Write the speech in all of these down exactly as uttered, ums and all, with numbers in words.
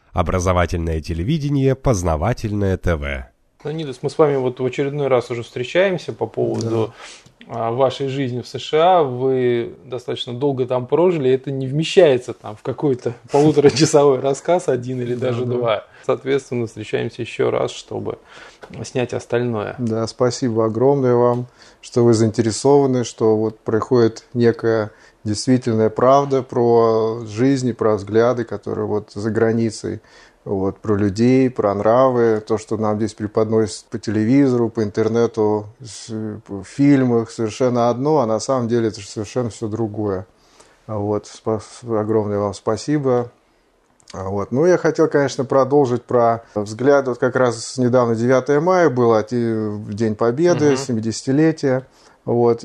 Образовательное телевидение, познавательное ТВ. Леонидас, мы с вами вот в очередной раз уже встречаемся по поводу да. вашей жизни в США. Вы достаточно долго там прожили, это не вмещается там в какой-то полуторачасовой рассказ, один или даже да, два. Да. Соответственно, встречаемся еще раз, чтобы снять остальное. Да, спасибо огромное вам, что вы заинтересованы, что вот происходит некая действительная правда про жизнь, про взгляды, которые вот за границей. Вот, про людей, про нравы, то, что нам здесь преподносят по телевизору, по интернету, в фильмах, совершенно одно, а на самом деле это же совершенно все другое. Вот, огромное вам спасибо. Вот. Ну, я хотел, конечно, продолжить про взгляд. Вот как раз недавно девятое мая было, День Победы, семидесятилетие. Вот.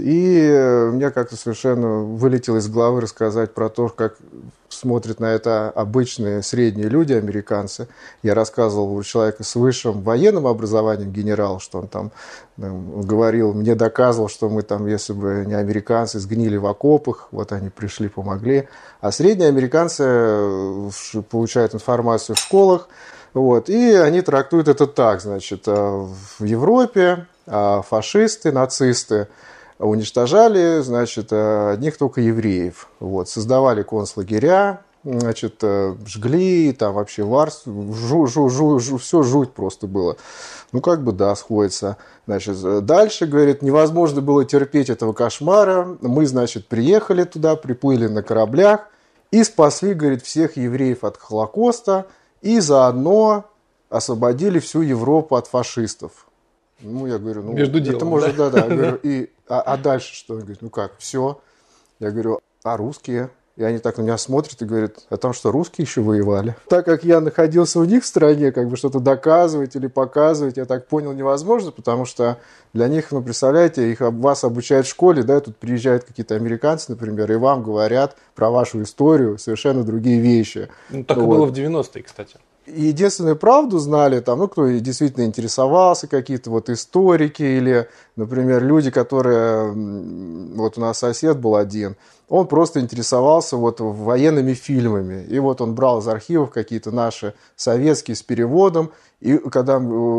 И мне как-то совершенно вылетело из головы рассказать про то, как смотрят на это обычные средние люди, американцы. Я рассказывал у человека с высшим военным образованием, генерал, что он там он говорил, мне доказывал, что мы там, если бы не американцы, сгнили в окопах, вот они пришли, помогли. А средние американцы получают информацию в школах, вот, и они трактуют это так, значит, в Европе фашисты, нацисты уничтожали, значит, одних только евреев. Вот, создавали концлагеря, значит, жгли, там вообще варс, жу, жу, жу, жу, все жуть просто было. Ну, как бы, да, сходится. Значит, дальше, говорит, невозможно было терпеть этого кошмара. Мы, значит, приехали туда, приплыли на кораблях и спасли, говорит, всех евреев от Холокоста и заодно освободили всю Европу от фашистов. Ну, я говорю, ну, Между делом, это может, да, да, да. Я говорю, и, а, а дальше что? Он говорит, ну как, все. Я говорю, а русские? И они так на меня смотрят и говорят, а там что, русские еще воевали? Так как я находился у них в стране, как бы что-то доказывать или показывать, я так понял, невозможно, потому что для них, ну, представляете, их, вас обучают в школе, да, тут приезжают какие-то американцы, например, и вам говорят про вашу историю совершенно другие вещи. Ну, так вот. И было в девяностые, кстати. Единственную правду знали, там, ну, кто действительно интересовался, какие-то вот историки или, например, люди, которые... Вот у нас сосед был один, он просто интересовался вот военными фильмами. И вот он брал из архивов какие-то наши советские с переводом. И когда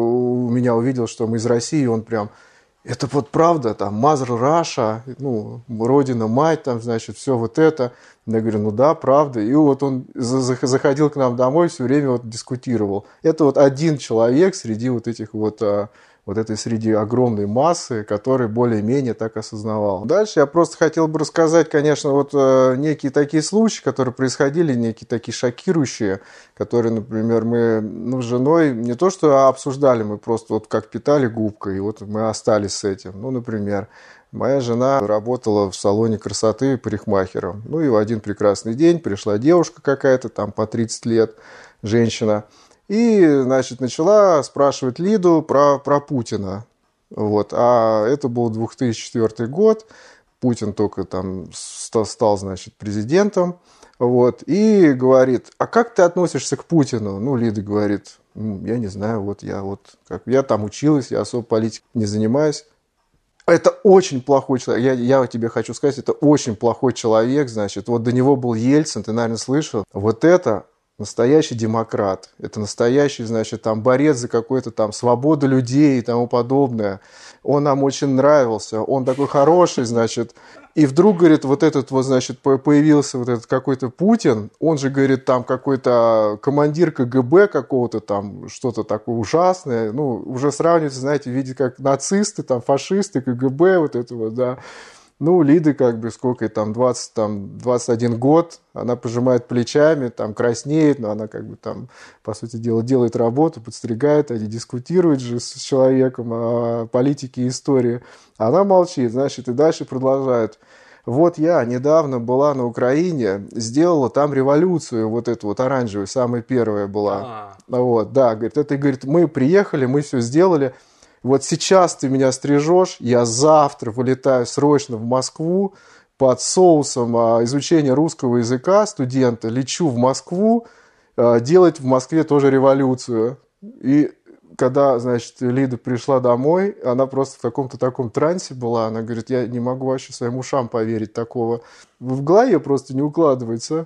у меня увидел, что мы из России, он прям... Это вот правда, там, Mother Russia, ну, родина, мать, там, значит, все вот это. Я говорю, ну да, правда. И вот он заходил к нам домой, все время вот дискутировал. Это вот один человек среди вот этих вот, вот этой среди огромной массы, который более-менее так осознавал. Дальше я просто хотел бы рассказать, конечно, вот некие такие случаи, которые происходили, некие такие шокирующие, которые, например, мы ну, с женой не то что обсуждали, мы просто вот как питали губкой, и вот мы остались с этим. Ну, например, моя жена работала в салоне красоты парикмахером. Ну и в один прекрасный день пришла девушка какая-то, там по тридцать лет, женщина, и, значит, начала спрашивать Лиду про, про Путина. Вот. А это был две тысячи четвёртый год, Путин только там стал, значит, президентом. Вот. И говорит, а как ты относишься к Путину? Ну, Лида говорит, я не знаю, вот я вот, как, я там училась, я особо политикой не занимаюсь. Это очень плохой человек. Я, я тебе хочу сказать, это очень плохой человек, значит. Вот до него был Ельцин, ты, наверное, слышал. Вот это настоящий демократ. Это настоящий, значит, там борец за какую-то там свободу людей и тому подобное. Он нам очень нравился. Он такой хороший, значит. И вдруг, говорит, вот этот вот, значит, появился вот этот какой-то Путин. Он же, говорит, там какой-то командир КГБ какого-то там, что-то такое ужасное. Ну, уже сравнивается, знаете, видите, как нацисты, там, фашисты, КГБ, вот это вот, да. Ну, Лиды как бы сколько там, двадцать, там, двадцать один год, она пожимает плечами, там, краснеет, но она как бы там, по сути дела, делает работу, подстригает, они дискутируют же с человеком о политике и истории. Она молчит, значит, и дальше продолжает. Вот я недавно была на Украине, сделала там революцию, вот эту вот оранжевую, самая первая была. А-а-а. Вот, да, говорит, это, говорит, мы приехали, мы все сделали. Вот сейчас ты меня стрижешь, я завтра вылетаю срочно в Москву под соусом изучения русского языка студента, лечу в Москву делать в Москве тоже революцию. И когда, значит, Лида пришла домой, она просто в каком-то таком трансе была, она говорит, я не могу вообще своим ушам поверить такого. В голове просто не укладывается.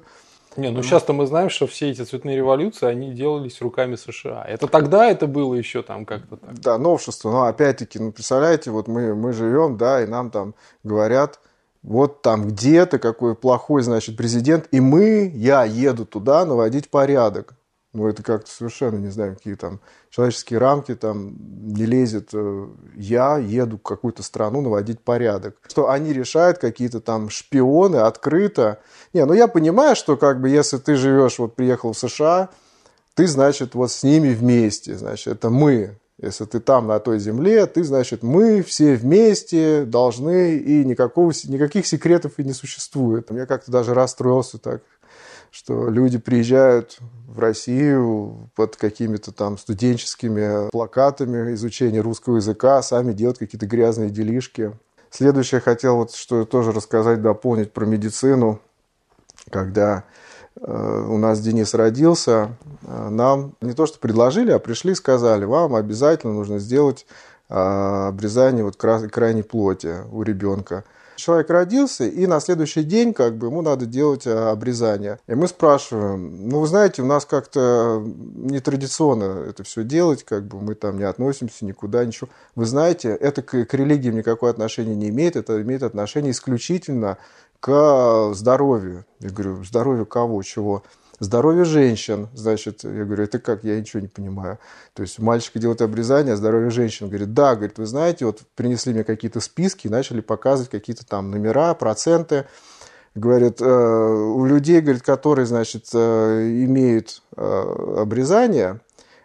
Не, ну сейчас-то мы знаем, что все эти цветные революции, они делались руками США. Это тогда это было еще там как-то так. Да, новшество. Но опять-таки, ну, представляете, вот мы, мы живем, да, и нам там говорят, вот там где-то какой плохой, значит, президент, и мы, я еду туда наводить порядок. Ну, это как-то совершенно, не знаю, какие там человеческие рамки, там не лезет. Я еду в какую-то страну наводить порядок. Что они решают, какие-то там шпионы открыто. Не, ну я понимаю, что как бы если ты живешь, вот приехал в США, ты, значит, вот с ними вместе, значит, это мы. Если ты там, на той земле, ты, значит, мы все вместе должны, и никакого, никаких секретов и не существует. Я как-то даже расстроился так, что люди приезжают в Россию под какими-то там студенческими плакатами изучения русского языка, сами делают какие-то грязные делишки. Следующее хотел вот что тоже рассказать, дополнить про медицину. Когда э, у нас Денис родился, э, нам не то что предложили, а пришли и сказали, вам обязательно нужно сделать э, обрезание вот край, крайней плоти у ребенка. Человек родился, и на следующий день как бы, ему надо делать обрезание. И мы спрашиваем, ну, вы знаете, у нас как-то нетрадиционно это все делать, как бы мы там не относимся никуда, ничего. Вы знаете, это к, к религиям никакого отношения не имеет, это имеет отношение исключительно к здоровью. Я говорю, здоровью кого, чего? Здоровье женщин, значит, я говорю, это как, я ничего не понимаю. То есть у мальчика делают обрезание, а здоровье женщин. Говорит, да, говорит, вы знаете, вот принесли мне какие-то списки, начали показывать какие-то там номера, проценты. Говорит, у людей, говорит, которые, значит, имеют обрезание,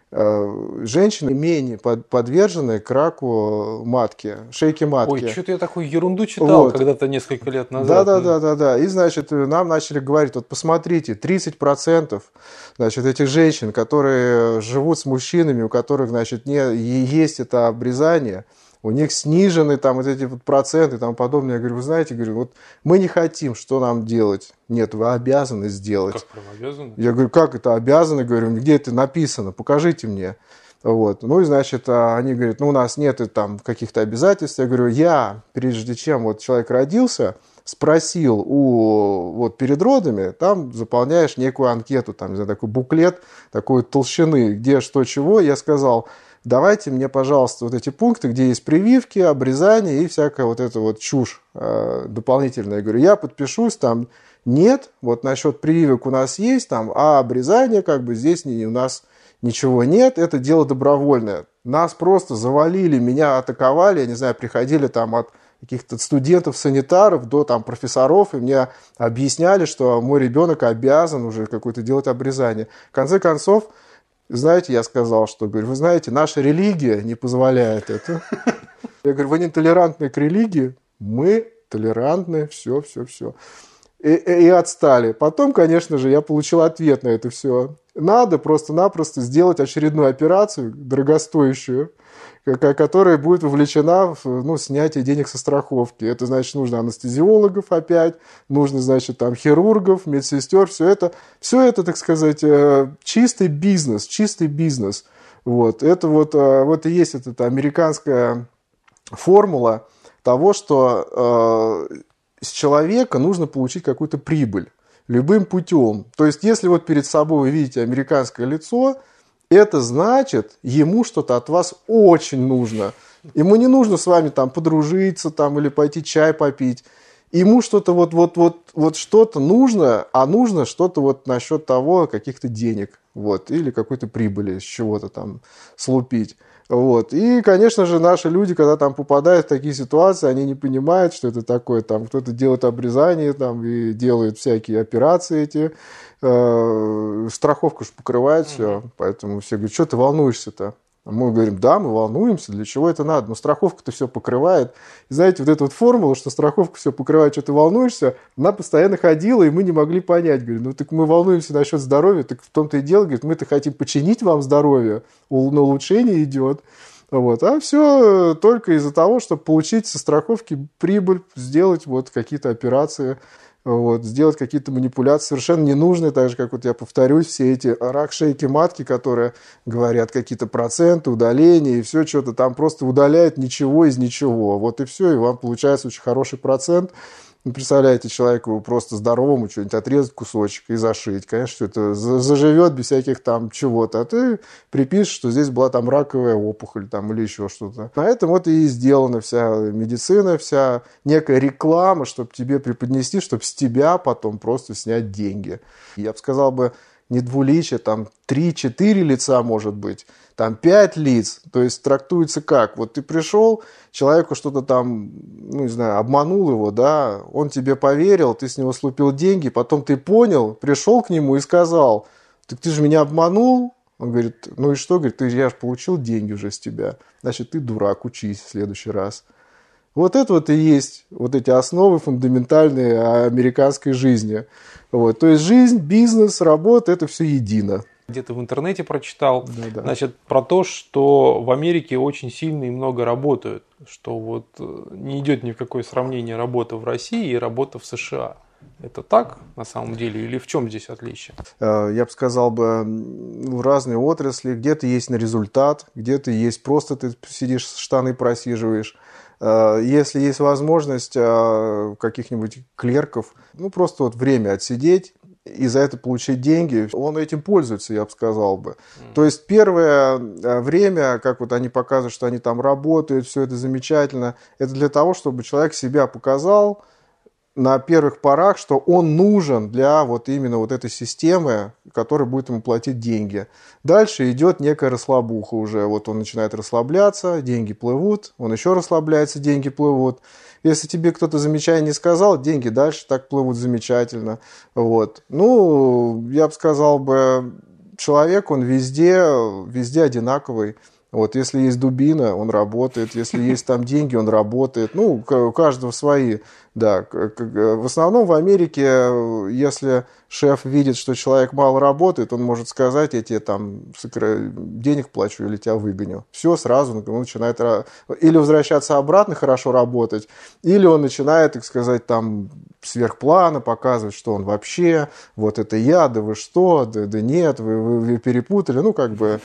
женщины менее подвержены к раку матки, шейки матки. Ой, что-то я такую ерунду читал вот. когда-то несколько лет назад. Да, да, да, да, да. И, значит, нам начали говорить, вот посмотрите, тридцать процентов, значит, этих женщин, которые живут с мужчинами, у которых, значит, не, есть это обрезание, у них снижены там вот эти вот проценты и тому подобное. Я говорю, вы знаете, говорю, вот мы не хотим, что нам делать? Нет, вы обязаны сделать. Как прям обязаны? Я говорю, как это обязаны? Говорю, где это написано? Покажите мне. Вот. Ну и, значит, они говорят, ну у нас нет там каких-то обязательств. Я говорю, я, прежде чем вот человек родился, спросил у, вот перед родами, там заполняешь некую анкету, там, не знаю, такой буклет, такой толщины, где что, чего. Я сказал, давайте мне, пожалуйста, вот эти пункты, где есть прививки, обрезание и всякая вот эта вот чушь э, дополнительная. Я говорю, я подпишусь, там нет, вот насчет прививок у нас есть, там, а обрезание как бы здесь не, у нас ничего нет, это дело добровольное. Нас просто завалили, меня атаковали, я не знаю, приходили там от каких-то студентов-санитаров до там профессоров, и мне объясняли, что мой ребенок обязан уже какое-то делать обрезание. В конце концов, знаете, я сказал, что, говорю, вы знаете, наша религия не позволяет это. Я говорю, вы не толерантны к религии? Мы толерантны, все, все, все. И, и, и отстали. Потом, конечно же, я получил ответ на это все. Надо просто-напросто сделать очередную операцию, дорогостоящую, которая будет вовлечена в ну, снятие денег со страховки. Это значит, нужно анестезиологов опять, нужно, значит, там хирургов, медсестер, все это, все это, так сказать, чистый бизнес, чистый бизнес. Вот. Это вот, вот и есть эта американская формула того, что э, с человека нужно получить какую-то прибыль любым путем. То есть, если вот перед собой вы видите американское лицо, это значит, ему что-то от вас очень нужно. Ему не нужно с вами там подружиться там, или пойти чай попить. Ему что-то вот, вот, вот, вот что-то нужно, а нужно что-то вот насчет того, каких-то денег. Вот, или какой-то прибыли с чего-то там слупить. Вот. И, конечно же, наши люди, когда там попадают в такие ситуации, они не понимают, что это такое. Там кто-то делает обрезание там, и делает всякие операции эти. Э, страховка же покрывает все. Поэтому все говорят, что ты волнуешься-то? А мы говорим, да, мы волнуемся, для чего это надо? Но страховка-то все покрывает. И знаете, вот эта вот формула, что страховка все покрывает, что ты волнуешься, она постоянно ходила, и мы не могли понять. Говорим, ну так мы волнуемся насчет здоровья, так в том-то и дело, говорит, мы-то хотим починить вам здоровье, на улучшение идет. Вот. А все только из-за того, чтобы получить со страховки прибыль, сделать вот какие-то операции, вот, сделать какие-то манипуляции совершенно ненужные, так же, как вот я повторюсь, все эти рак шейки матки, которые говорят какие-то проценты, удаления, и все что-то там просто удаляют ничего из ничего. Вот и все, и вам получается очень хороший процент. Ну, представляете, человеку просто здоровому что-нибудь отрезать кусочек и зашить. Конечно, это заживет без всяких там чего-то. А ты припишешь, что здесь была там раковая опухоль там, или еще что-то. На этом вот и сделана вся медицина, вся некая реклама, чтобы тебе преподнести, чтобы с тебя потом просто снять деньги. Я бы сказал бы, не двуличие, там три-четыре лица может быть, там пять лиц, то есть трактуется как? Вот ты пришел, человеку что-то там, ну не знаю, обманул его, да, он тебе поверил, ты с него слупил деньги, потом ты понял, пришел к нему и сказал, так ты же меня обманул? Он говорит, ну и что? Говорит, ты, я же получил деньги уже с тебя, значит, ты дурак, учись в следующий раз. Вот это вот и есть вот эти основы фундаментальные американской жизни. Вот. То есть жизнь, бизнес, работа – это все едино. Где-то в интернете прочитал, Да-да. значит, про то, что в Америке очень сильно и много работают, что вот не идет ни в какое сравнение работа в России и работа в США. Это так на самом деле или в чем здесь отличие? Я бы сказал бы, в разные отрасли, где-то есть на результат, где-то есть просто ты сидишь, штаны просиживаешь. Если есть возможность каких-нибудь клерков, ну просто вот время отсидеть и за это получить деньги, он этим пользуется, я бы сказал бы. Mm. То есть первое время, как вот они показывают, что они там работают, все это замечательно, это для того, чтобы человек себя показал на первых порах, что он нужен для вот именно вот этой системы, которая будет ему платить деньги. Дальше идет некая расслабуха уже. Вот он начинает расслабляться, деньги плывут, он еще расслабляется, деньги плывут. Если тебе кто-то замечание не сказал, деньги дальше так плывут замечательно. Вот. Ну, я бы сказал бы, человек, он везде, везде одинаковый. Вот, если есть дубина, он работает, если есть там деньги, он работает. Ну, у каждого свои. Да, в основном в Америке, если шеф видит, что человек мало работает, он может сказать, я тебе там денег плачу или тебя выгоню. Все, сразу он начинает или возвращаться обратно, хорошо работать, или он начинает, так сказать, там сверхплана показывать, что он вообще, вот это я, да вы что, да, да нет, вы, вы, вы перепутали. Ну, как бы,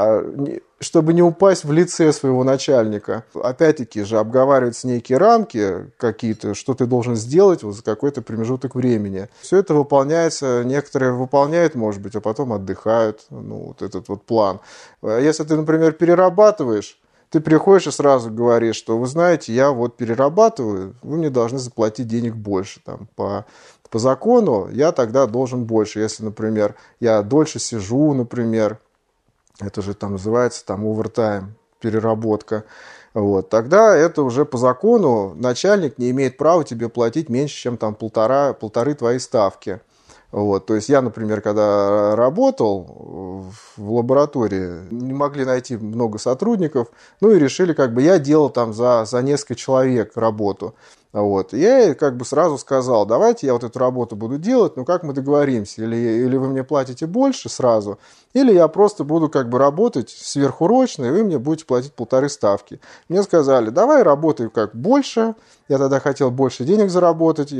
чтобы не упасть в лице своего начальника. Опять-таки же обговариваются некие рамки какие-то, что ты должен сделать вот за какой-то промежуток времени. Все это выполняется, некоторые выполняют, может быть, а потом отдыхают. Ну, вот этот вот план. Если ты, например, перерабатываешь, ты приходишь и сразу говоришь, что вы знаете, я вот перерабатываю, вы мне должны заплатить денег больше. Там, по, по закону я тогда должен больше. Если, например, я дольше сижу, например, это же там называется там овертайм, переработка. Вот. Тогда это уже по закону начальник не имеет права тебе платить меньше, чем там полтора, полторы твои ставки. Вот. То есть я, например, когда работал в лаборатории, не могли найти много сотрудников, ну и решили, как бы я делал там за, за несколько человек работу. Вот. Я как бы сразу сказал, давайте я вот эту работу буду делать, ну как мы договоримся, или, или вы мне платите больше сразу, или я просто буду как бы работать сверхурочно, и вы мне будете платить полторы ставки. Мне сказали, давай работай как больше, я тогда хотел больше денег заработать,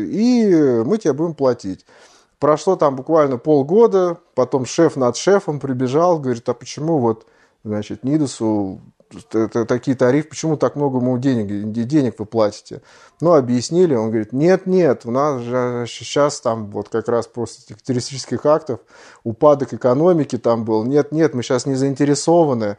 и мы тебе будем платить. Прошло там буквально полгода, потом шеф над шефом прибежал, говорит, а почему вот, значит, Нидусу такие тарифы, почему так много ему денег, денег вы платите? Ну, объяснили, он говорит, нет, нет, у нас же сейчас там вот как раз после этих террористических актов упадок экономики там был, нет, нет, мы сейчас не заинтересованы,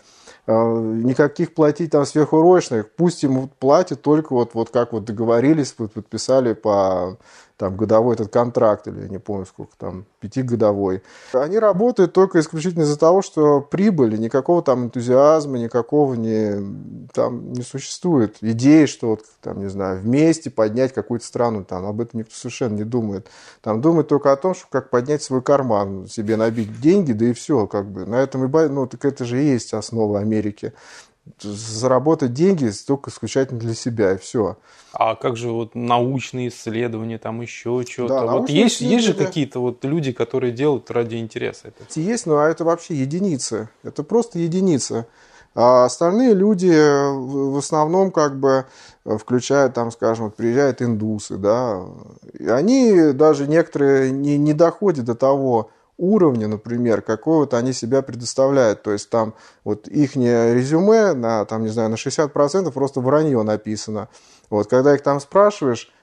никаких платить там сверхурочных, пусть ему платят только вот, вот как вот договорились, вот подписали по там годовой этот контракт, или я не помню сколько там, пятигодовой. Они работают только исключительно из-за того, что прибыли, никакого там энтузиазма, никакого не, там не существует. Идеи, что вот, там, не знаю, вместе поднять какую-то страну, там об этом никто совершенно не думает. Там думают только о том, что как поднять свой карман, себе набить деньги, да и все, как бы. На этом и, ну, так это же и есть основа Америки. Заработать деньги только исключительно для себя, и все. А как же вот научные исследования, там еще что-то? Да, вот есть, есть же какие-то вот люди, которые делают ради интереса это? Есть, но это вообще единицы. Это просто единицы. А остальные люди в основном как бы включают, там, скажем, вот приезжают индусы, да, и они даже некоторые не, не доходят до того уровня, например, какой вот они себя предоставляют. То есть там вот их резюме на, там, не знаю, на шестьдесят процентов просто вранье написано. Вот, когда их там спрашиваешь,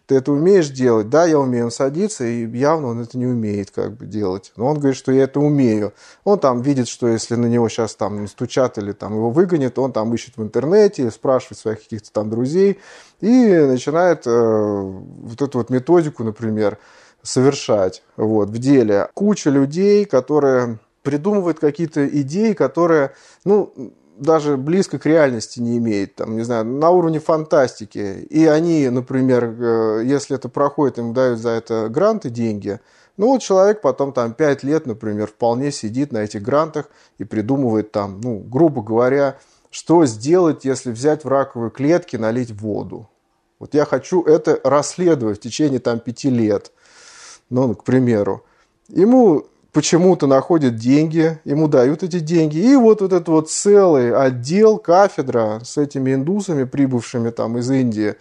ты это умеешь делать? Да, я умею. Он садится, и явно он это не умеет как бы делать. Но он говорит, что я это умею. Он там видит, что если на него сейчас там стучат или там его выгонят, он там ищет в интернете, спрашивает своих каких-то там друзей и начинает э, вот эту вот методику, например, совершать вот, в деле. Куча людей, которые придумывают какие-то идеи, которые, ну, даже близко к реальности не имеют, там, не знаю, на уровне фантастики. И они, например, если это проходит, им дают за это гранты, деньги, ну, вот человек потом там пять лет, например, вполне сидит на этих грантах и придумывает там, ну, грубо говоря, что сделать, если взять в раковые клетки, налить воду. Вот я хочу это расследовать в течение там пяти лет, ну, к примеру. Ему почему-то находят деньги, ему дают эти деньги, и вот, вот этот вот целый отдел, кафедра с этими индусами, прибывшими там из Индии,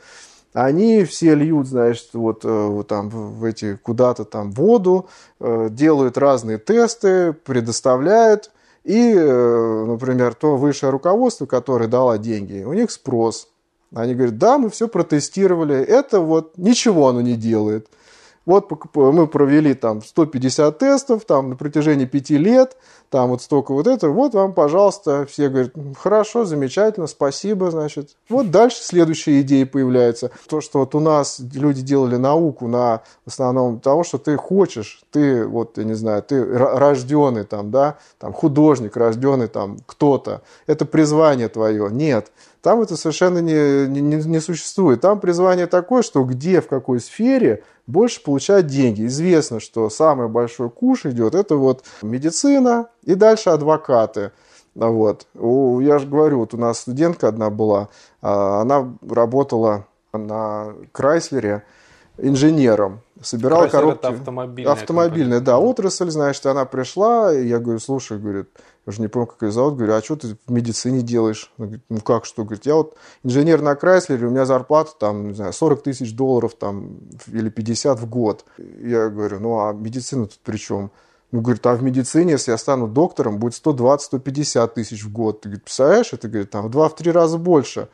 они все льют, значит, вот, вот там в эти куда-то там воду, делают разные тесты, предоставляют, и, например, то высшее руководство, которое дало деньги, у них спрос. Они говорят, да, мы все протестировали, это вот ничего оно не делает. Вот мы провели там сто пятьдесят тестов там, на протяжении пяти лет, там вот столько вот этого, вот вам, пожалуйста. Все говорят, хорошо, замечательно, спасибо, значит. Вот дальше следующие идеи появляются. То, что вот у нас люди делали науку на в основном того, что ты хочешь, ты вот, я не знаю, ты рожденный там, да, там художник, рожденный там кто-то, это призвание твое. Нет. Там это совершенно не, не, не существует. Там призвание такое, что где, в какой сфере больше получать деньги. Известно, что самый большой куш идет, это вот медицина и дальше адвокаты. Вот. Я же говорю, вот у нас студентка одна была, она работала на Крайслере инженером. Собирала Крайслер коробки. Это автомобильная, автомобильная, да, отрасль, значит, она пришла, и я говорю, слушай, говорит, я же не помню, как ее зовут, говорю, а что ты в медицине делаешь? Она говорит, ну как, что? Говорит, я вот инженер на Крайслере, у меня зарплата там, не знаю, сорок тысяч долларов там, или пятьдесят в год. Я говорю, ну а медицина тут при чем? Ну, говорит, а в медицине, если я стану доктором, будет сто двадцать - сто пятьдесят тысяч в год. Ты говорит, представляешь, это, говорит, там в два-три раза больше.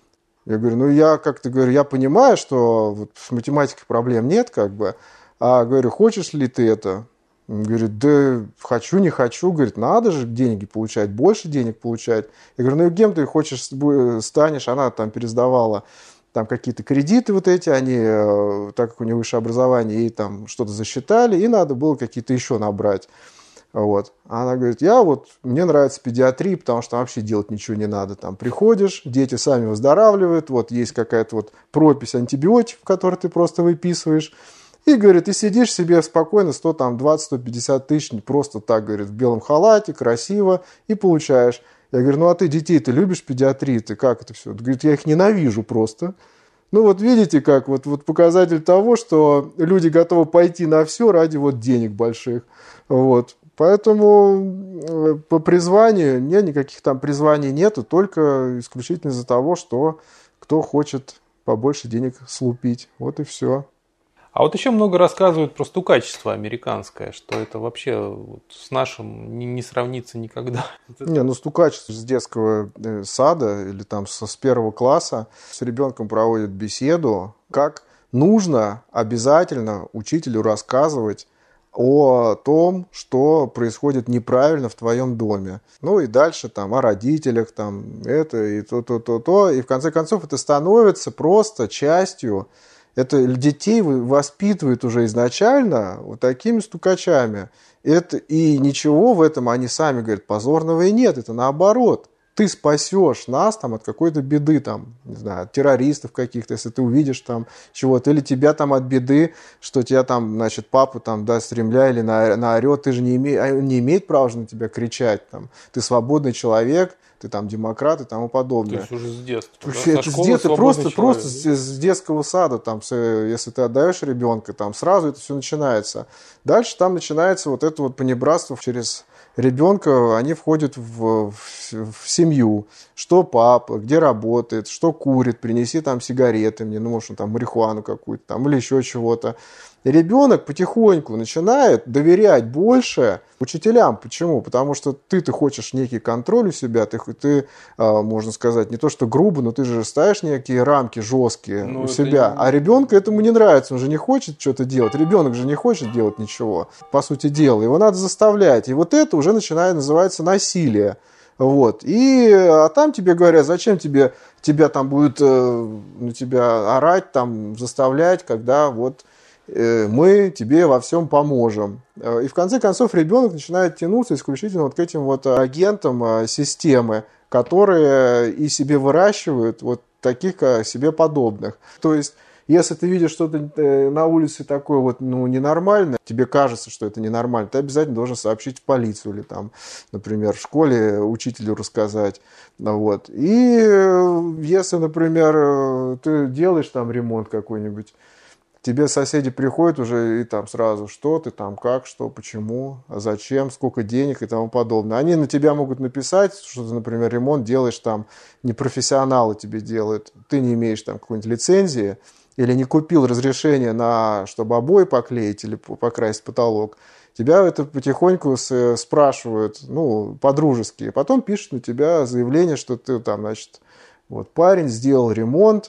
Я говорю, ну я как-то говорю, я понимаю, что вот с математикой проблем нет, как бы, а говорю, хочешь ли ты это? Он говорит, да хочу, не хочу. Говорит, надо же деньги получать, больше денег получать. Я говорю, ну и кем ты хочешь станешь? Она там пересдавала там какие-то кредиты вот эти, они, так как у нее высшее образование, ей там что-то засчитали, и надо было какие-то еще набрать. Вот. А она говорит, я вот, мне нравится педиатрия, потому что вообще делать ничего не надо. Там приходишь, дети сами выздоравливают, вот есть какая-то вот пропись антибиотиков, которые ты просто выписываешь. И, говорит, ты сидишь себе спокойно, сто двадцать - сто пятьдесят тысяч, просто так, говорит, в белом халате, красиво, и получаешь. Я говорю, ну а ты детей, ты любишь педиатрию, ты как это все? Говорит, я их ненавижу просто. Ну вот видите, как вот, вот показатель того, что люди готовы пойти на все ради вот денег больших. Вот. Поэтому по призванию, нет, никаких там призваний нету, только исключительно из-за того, что кто хочет побольше денег слупить. Вот и все. А вот еще много рассказывают про стукачество американское, что это вообще вот с нашим не, не сравнится никогда. Не, ну стукачество с детского сада или там с, с первого класса с ребенком проводят беседу, как нужно обязательно учителю рассказывать о том, что происходит неправильно в твоем доме. Ну и дальше там о родителях, там это и то, то, то, то. И в конце концов это становится просто частью. Это детей воспитывают уже изначально вот такими стукачами. Это, и ничего в этом они сами говорят, позорного и нет. Это наоборот. Ты спасешь нас там, от какой-то беды, там, не знаю, от террористов каких-то, если ты увидишь там чего-то, или тебя там от беды, что тебя там, значит, папу там, да, стремля или на, наорет, ты же не, име, не имеет права же на тебя кричать, там, ты свободный человек, ты там демократ и тому подобное. То есть уже с детства. Да? Это с детства, просто, просто с, с детского сада, там, если ты отдаешь ребенка, там сразу это все начинается. Дальше там начинается вот это вот понебратство через ребенка, они входят в, в, в семью. Что папа, где работает, что курит, принеси там сигареты мне, ну, может, он там марихуану какую-то там или еще чего-то. И ребенок потихоньку начинает доверять больше учителям. Почему? Потому что ты-то хочешь некий контроль у себя, ты, ты, можно сказать, не то что грубо, но ты же ставишь некие рамки жесткие ну, у себя. Не... А ребенку этому не нравится, он же не хочет что-то делать. Ребенок же не хочет делать ничего, по сути дела. Его надо заставлять. И вот это уже начинает называться насилие. Вот. И, а там тебе говорят, зачем тебе, тебя там будет э, на тебя орать, там, заставлять, когда вот э, мы тебе во всем поможем. И в конце концов ребенок начинает тянуться исключительно вот к этим вот агентам э, системы, которые и себе выращивают вот таких э, себе подобных. То есть если ты видишь что-то на улице такое вот, ну, ненормальное, тебе кажется, что это ненормально, ты обязательно должен сообщить в полицию или там, например, в школе учителю рассказать. Вот. И если, например, ты делаешь там ремонт какой-нибудь, тебе соседи приходят уже и там сразу, что ты там, как, что, почему, зачем, сколько денег и тому подобное. Они на тебя могут написать, что ты, например, ремонт делаешь там, непрофессионалы тебе делают, ты не имеешь там какой-нибудь лицензии, или не купил разрешение на, чтобы обои поклеить или покрасить потолок, тебя это потихоньку спрашивают, ну, по-дружески. Потом пишут на тебя заявление, что ты там, значит, вот парень сделал ремонт,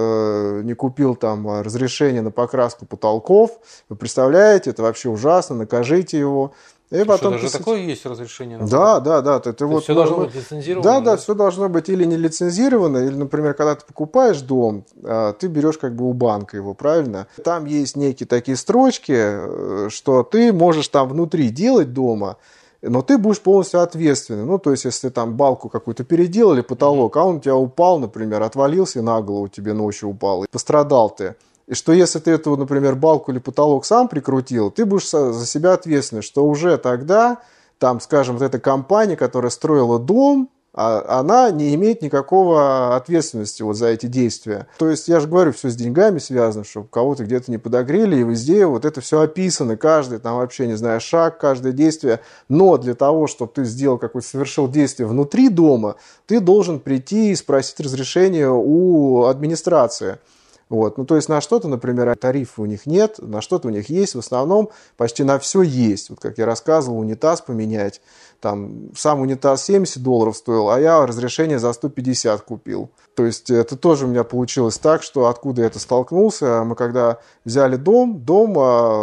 э, не купил там разрешение на покраску потолков. Вы представляете, это вообще ужасно, накажите его. И что, потом даже ты... такое есть разрешение? На да, да, да. Ты, ты вот, все должно быть лицензировано? Да, да, да, все должно быть или не лицензировано, или, например, когда ты покупаешь дом, ты берешь как бы у банка его, правильно? Там есть некие такие строчки, что ты можешь там внутри делать дома, но ты будешь полностью ответственный. Ну, то есть, если там балку какую-то переделали, потолок, а он у тебя упал, например, отвалился и на голову тебе ночью упал, и пострадал ты. И что если ты эту, например, балку или потолок сам прикрутил, ты будешь за себя ответственный, что уже тогда, там, скажем, вот эта компания, которая строила дом, она не имеет никакого ответственности вот за эти действия. То есть, я же говорю, все с деньгами связано, чтобы кого-то где-то не подогрели, и везде вот это все описано, каждый там вообще, не знаю, шаг, каждое действие. Но для того, чтобы ты сделал какое-то, совершил действие внутри дома, ты должен прийти и спросить разрешение у администрации. Вот. Ну, то есть на что-то, например, тарифа у них нет, на что-то у них есть, в основном почти на все есть. Вот как я рассказывал, унитаз поменять, там сам унитаз семьдесят долларов стоил, а я разрешение за сто пятьдесят купил. То есть это тоже у меня получилось так, что откуда я это столкнулся, мы когда взяли дом, дом,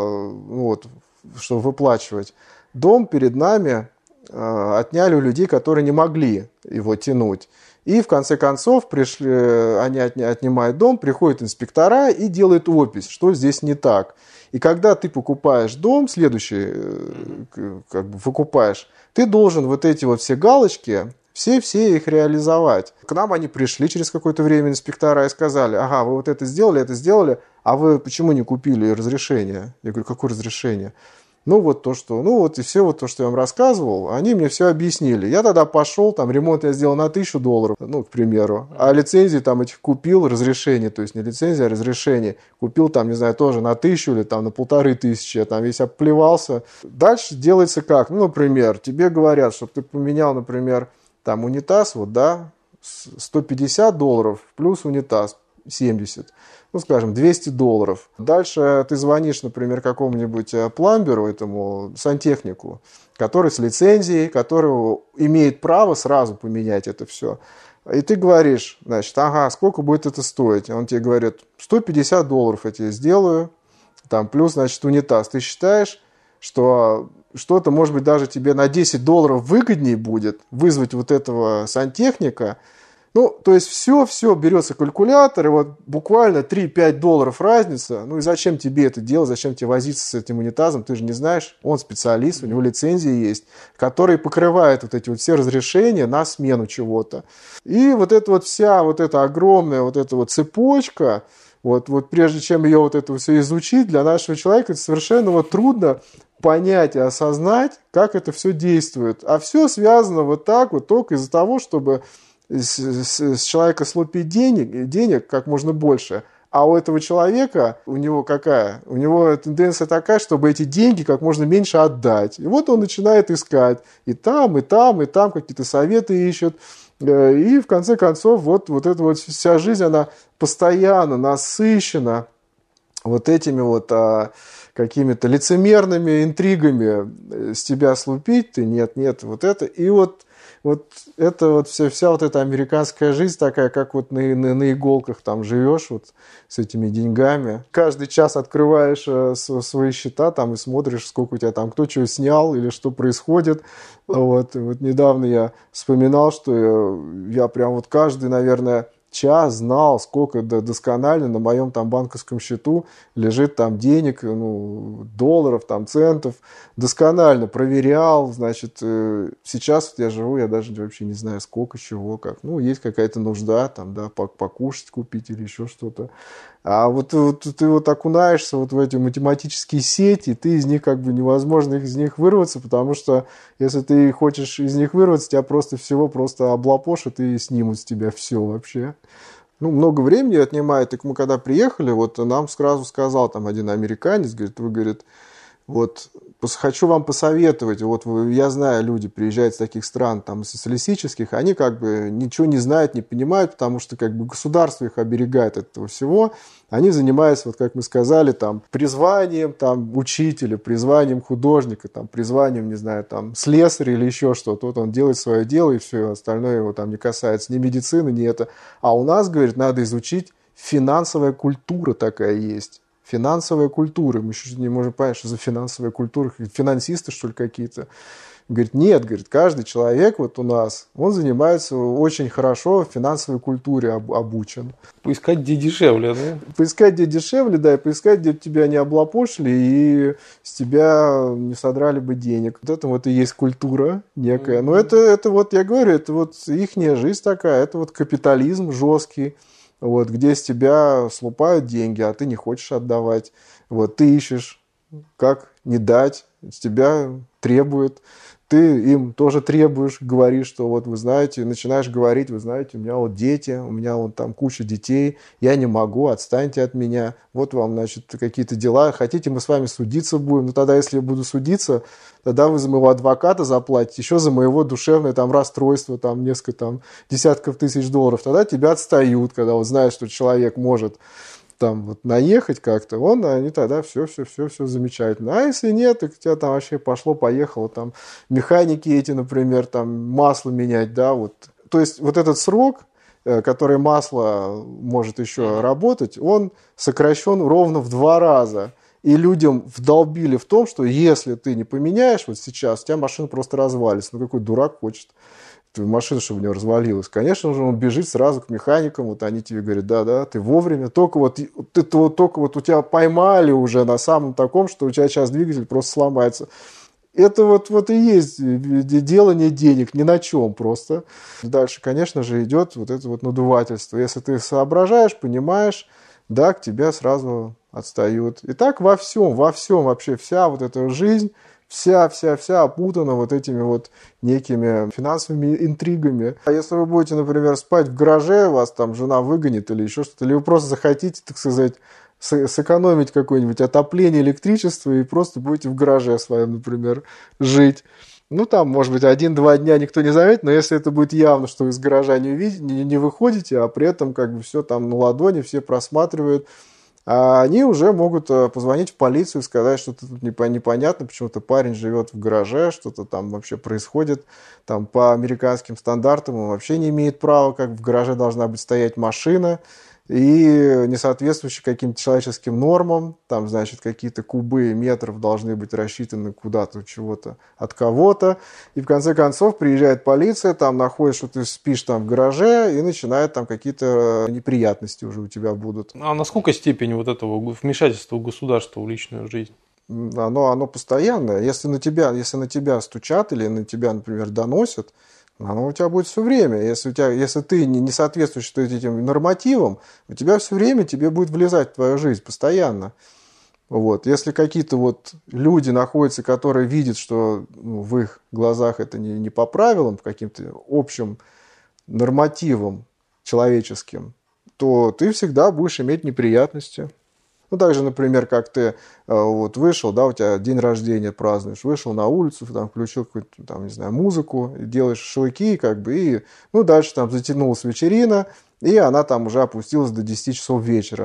вот, чтобы выплачивать, дом перед нами отняли у людей, которые не могли его тянуть. И в конце концов пришли, они отнимают дом, приходят инспектора и делают опись, что здесь не так. И когда ты покупаешь дом, следующий как бы выкупаешь, ты должен вот эти вот все галочки, все-все их реализовать. К нам они пришли через какое-то время, инспектора, и сказали: ага, вы вот это сделали, это сделали, а вы почему не купили разрешение? Я говорю: какое разрешение? Ну, вот то, что, ну, вот и все вот то, что я вам рассказывал, они мне все объяснили. Я тогда пошел, там, ремонт я сделал на тысячу долларов, ну, к примеру, а лицензии там этих купил, разрешение, то есть не лицензия, а разрешение, купил там, не знаю, тоже на тысячу или там на полторы тысячи, я там весь обплевался. Дальше делается как? Ну, например, тебе говорят, чтобы ты поменял, например, там, унитаз, вот, да, сто пятьдесят долларов плюс унитаз семьдесят. Ну, скажем, двести долларов. Дальше ты звонишь, например, какому-нибудь пламберу, этому сантехнику, который с лицензией, который имеет право сразу поменять это все. И ты говоришь, значит, ага, сколько будет это стоить? Он тебе говорит: сто пятьдесят долларов я тебе сделаю, там, плюс, значит, унитаз. Ты считаешь, что что-то, может быть, даже тебе на десять долларов выгоднее будет вызвать вот этого сантехника? Ну, то есть все-все берется калькулятор, и вот буквально три-пять долларов разница. Ну и зачем тебе это делать, зачем тебе возиться с этим унитазом, ты же не знаешь. Он специалист, у него лицензия есть, который покрывает вот эти вот все разрешения на смену чего-то. И вот эта вот вся вот эта огромная вот эта вот цепочка, вот, вот прежде чем ее вот это все изучить, для нашего человека это совершенно вот трудно понять и осознать, как это все действует. А все связано вот так вот только из-за того, чтобы С, с, с человека слупить денег, денег как можно больше, а у этого человека, у него какая? У него тенденция такая, чтобы эти деньги как можно меньше отдать. И вот он начинает искать и там, и там, и там какие-то советы ищет. И в конце концов вот, вот эта вот вся жизнь, она постоянно насыщена вот этими вот а, какими-то лицемерными интригами с тебя слупить, ты нет, нет, вот это. И вот, вот это вот вся, вся вот эта американская жизнь такая, как вот на, на, на иголках там живешь вот с этими деньгами. Каждый час открываешь э, свои счета там и смотришь, сколько у тебя там, кто что снял или что происходит. Вот, вот недавно я вспоминал, что я, я прям вот каждый, наверное, час знал, сколько досконально на моем там банковском счету лежит там денег, ну, долларов, там, центов. Досконально проверял, значит, сейчас вот я живу, я даже вообще не знаю, сколько, чего, как. Ну, есть какая-то нужда, там, да, покушать купить или еще что-то. А вот, вот ты вот окунаешься вот в эти математические сети, ты из них как бы невозможно из них вырваться, потому что если ты хочешь из них вырваться, тебя просто всего просто облапошат и снимут с тебя все вообще. Ну, много времени отнимает. И мы когда приехали, вот нам сразу сказал там один американец, говорит, вы, говорит, вот хочу вам посоветовать, вот я знаю, люди приезжают из таких стран, там, социалистических, они как бы ничего не знают, не понимают, потому что как бы государство их оберегает от этого всего. Они занимаются, вот как мы сказали, там, призванием там, учителя, призванием художника, там, призванием, не знаю, там, слесаря или еще что-то. Вот он делает свое дело, и все, остальное его там не касается ни медицины, ни это. А у нас, говорит, надо изучить, финансовая культура такая есть. Финансовая культура. Мы еще не можем понять, что за финансовая культура. Финансисты, что ли, какие-то. Говорит, нет, говорит, каждый человек вот у нас, он занимается очень хорошо в финансовой культуре об, обучен. Поискать, где дешевле, да? Поискать, где дешевле, да, и поискать, где тебя не облапошили и с тебя не содрали бы денег. Вот это вот и есть культура некая. Mm-hmm. Но это, это вот, я говорю, это вот ихняя жизнь такая, это вот капитализм жесткий. Вот, где с тебя слупают деньги, а ты не хочешь отдавать. Вот, ты ищешь, как не дать, с тебя требуют. Ты им тоже требуешь, говоришь, что вот вы знаете, начинаешь говорить, вы знаете, у меня вот дети, у меня вот там куча детей, я не могу, отстаньте от меня, вот вам, значит, какие-то дела, хотите, мы с вами судиться будем, но тогда, если я буду судиться, тогда вы за моего адвоката заплатите, еще за моего душевное там расстройство, там несколько там десятков тысяч долларов, тогда тебя отстают, когда вот знают, что человек может там вот наехать как-то, он, они тогда все, все, все, все замечательно. А если нет, так у тебя там вообще пошло-поехало, там механики эти, например, там масло менять, да, вот. То есть вот этот срок, который масло может еще работать, он сокращен ровно в два раза. И людям вдолбили в том, что если ты не поменяешь вот сейчас, у тебя машина просто развалится. Ну какой дурак хочет машина, чтобы у него развалилась. Конечно же, он бежит сразу к механикам, вот они тебе говорят, да-да, ты вовремя, только вот, ты, только вот у тебя поймали уже на самом таком, что у тебя сейчас двигатель просто сломается. Это вот, вот и есть делание денег ни на чем просто. Дальше, конечно же, идет вот это вот надувательство. Если ты соображаешь, понимаешь, да, к тебе сразу отстают. И так во всем, во всем вообще вся вот эта жизнь, вся-вся-вся опутана вот этими вот некими финансовыми интригами. А если вы будете, например, спать в гараже, вас там жена выгонит или еще что-то, или вы просто захотите, так сказать, сэкономить какое-нибудь отопление, электричество и просто будете в гараже своем, например, жить. Ну, там, может быть, один-два дня никто не заметит, но если это будет явно, что вы из гаража не, увидите, не, не выходите, а при этом как бы все там на ладони, все просматривают, а они уже могут позвонить в полицию и сказать, что тут непонятно, почему-то парень живет в гараже, что-то там вообще происходит, там по американским стандартам он вообще не имеет права, как в гараже должна быть стоять машина, и не соответствующие каким-то человеческим нормам, там, значит, какие-то кубы метров должны быть рассчитаны куда-то, чего-то от кого-то, и в конце концов приезжает полиция, там находит, что ты спишь там в гараже, и начинает там какие-то неприятности уже у тебя будут. А насколько степень вот этого вмешательства государства в личную жизнь? Оно, оно постоянное. Если на тебя, если на тебя стучат или на тебя, например, доносят, оно у тебя будет все время. Если, у тебя, если ты не, не соответствуешь этим нормативам, у тебя все время тебе будет влезать в твою жизнь постоянно. Вот. Если какие-то вот люди находятся, которые видят, что ну, в их глазах это не, не по правилам, по каким-то общим нормативам человеческим, то ты всегда будешь иметь неприятности. Ну, так же, например, как ты вот, вышел, да, у тебя день рождения празднуешь, вышел на улицу, там, включил какую-то, там, не знаю, музыку, делаешь шашлыки, как бы, и, ну, дальше там затянулась вечерина, и она там уже опустилась до десяти часов вечера.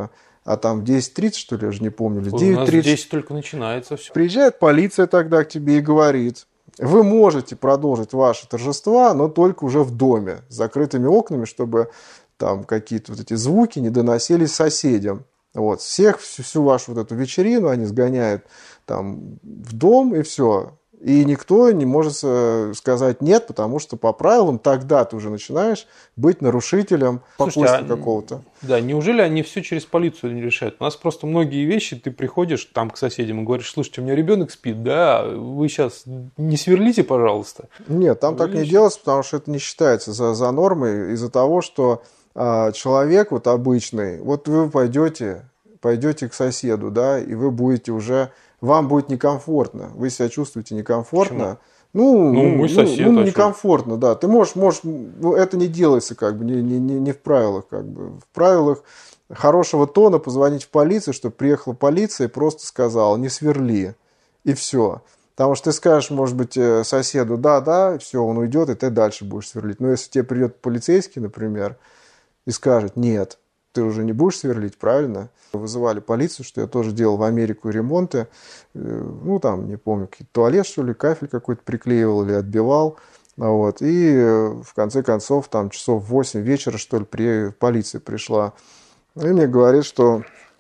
а там в десять тридцать, что ли, я же не помню, или У девять нас тридцать. здесь только начинается все. Приезжает полиция тогда к тебе и говорит: вы можете продолжить ваши торжества, но только уже в доме, с закрытыми окнами, чтобы там какие-то вот эти звуки не доносились соседям. Вот. Всех, всю, всю вашу вот эту вечерину они сгоняют там в дом, и все. И никто не может сказать нет, потому что по правилам тогда ты уже начинаешь быть нарушителем спокойствия Слушайте, а, какого-то. Да, неужели они все через полицию не решают? У нас просто многие вещи, ты приходишь там к соседям и говоришь: слушайте, у меня ребенок спит, да, вы сейчас не сверлите, пожалуйста. Нет, там Вы так не лично... делается, потому что это не считается за, за нормой, из-за того, что а, человек вот обычный, вот вы пойдете, пойдете к соседу, да, и вы будете уже... Вам будет некомфортно, вы себя чувствуете некомфортно. Почему? Ну, ну, мой сосед, ну, ну а некомфортно, что? Да. Ты можешь, можешь, ну, это не делается как бы, не, не, не в правилах, как бы. В правилах хорошего тона позвонить в полицию, чтобы приехала полиция и просто сказала: не сверли, и все. Потому что ты скажешь, может быть, соседу: да, да, все, он уйдет, и ты дальше будешь сверлить. Но если тебе придет полицейский, например, и скажет: нет, ты уже не будешь сверлить, правильно? Вызывали полицию, что я тоже делал в Америку ремонты. Ну, там, не помню, какие-то туалет, что ли, кафель какой-то приклеивал или отбивал. Вот. И в конце концов, там, часов в восемь вечера, что ли, при... полиция пришла. И мне говорит, что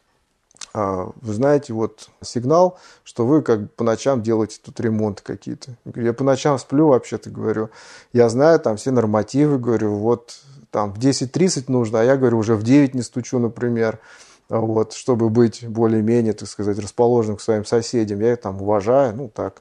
вы знаете, вот сигнал, что вы как бы по ночам делаете тут ремонты какие-то. Я говорю: я по ночам сплю вообще-то, говорю. Я знаю там все нормативы, говорю, вот там в десять тридцать нужно, а я, говорю, уже в девять не стучу, например. Вот, чтобы быть более-менее, так сказать, расположенным к своим соседям. Я их там уважаю, ну так.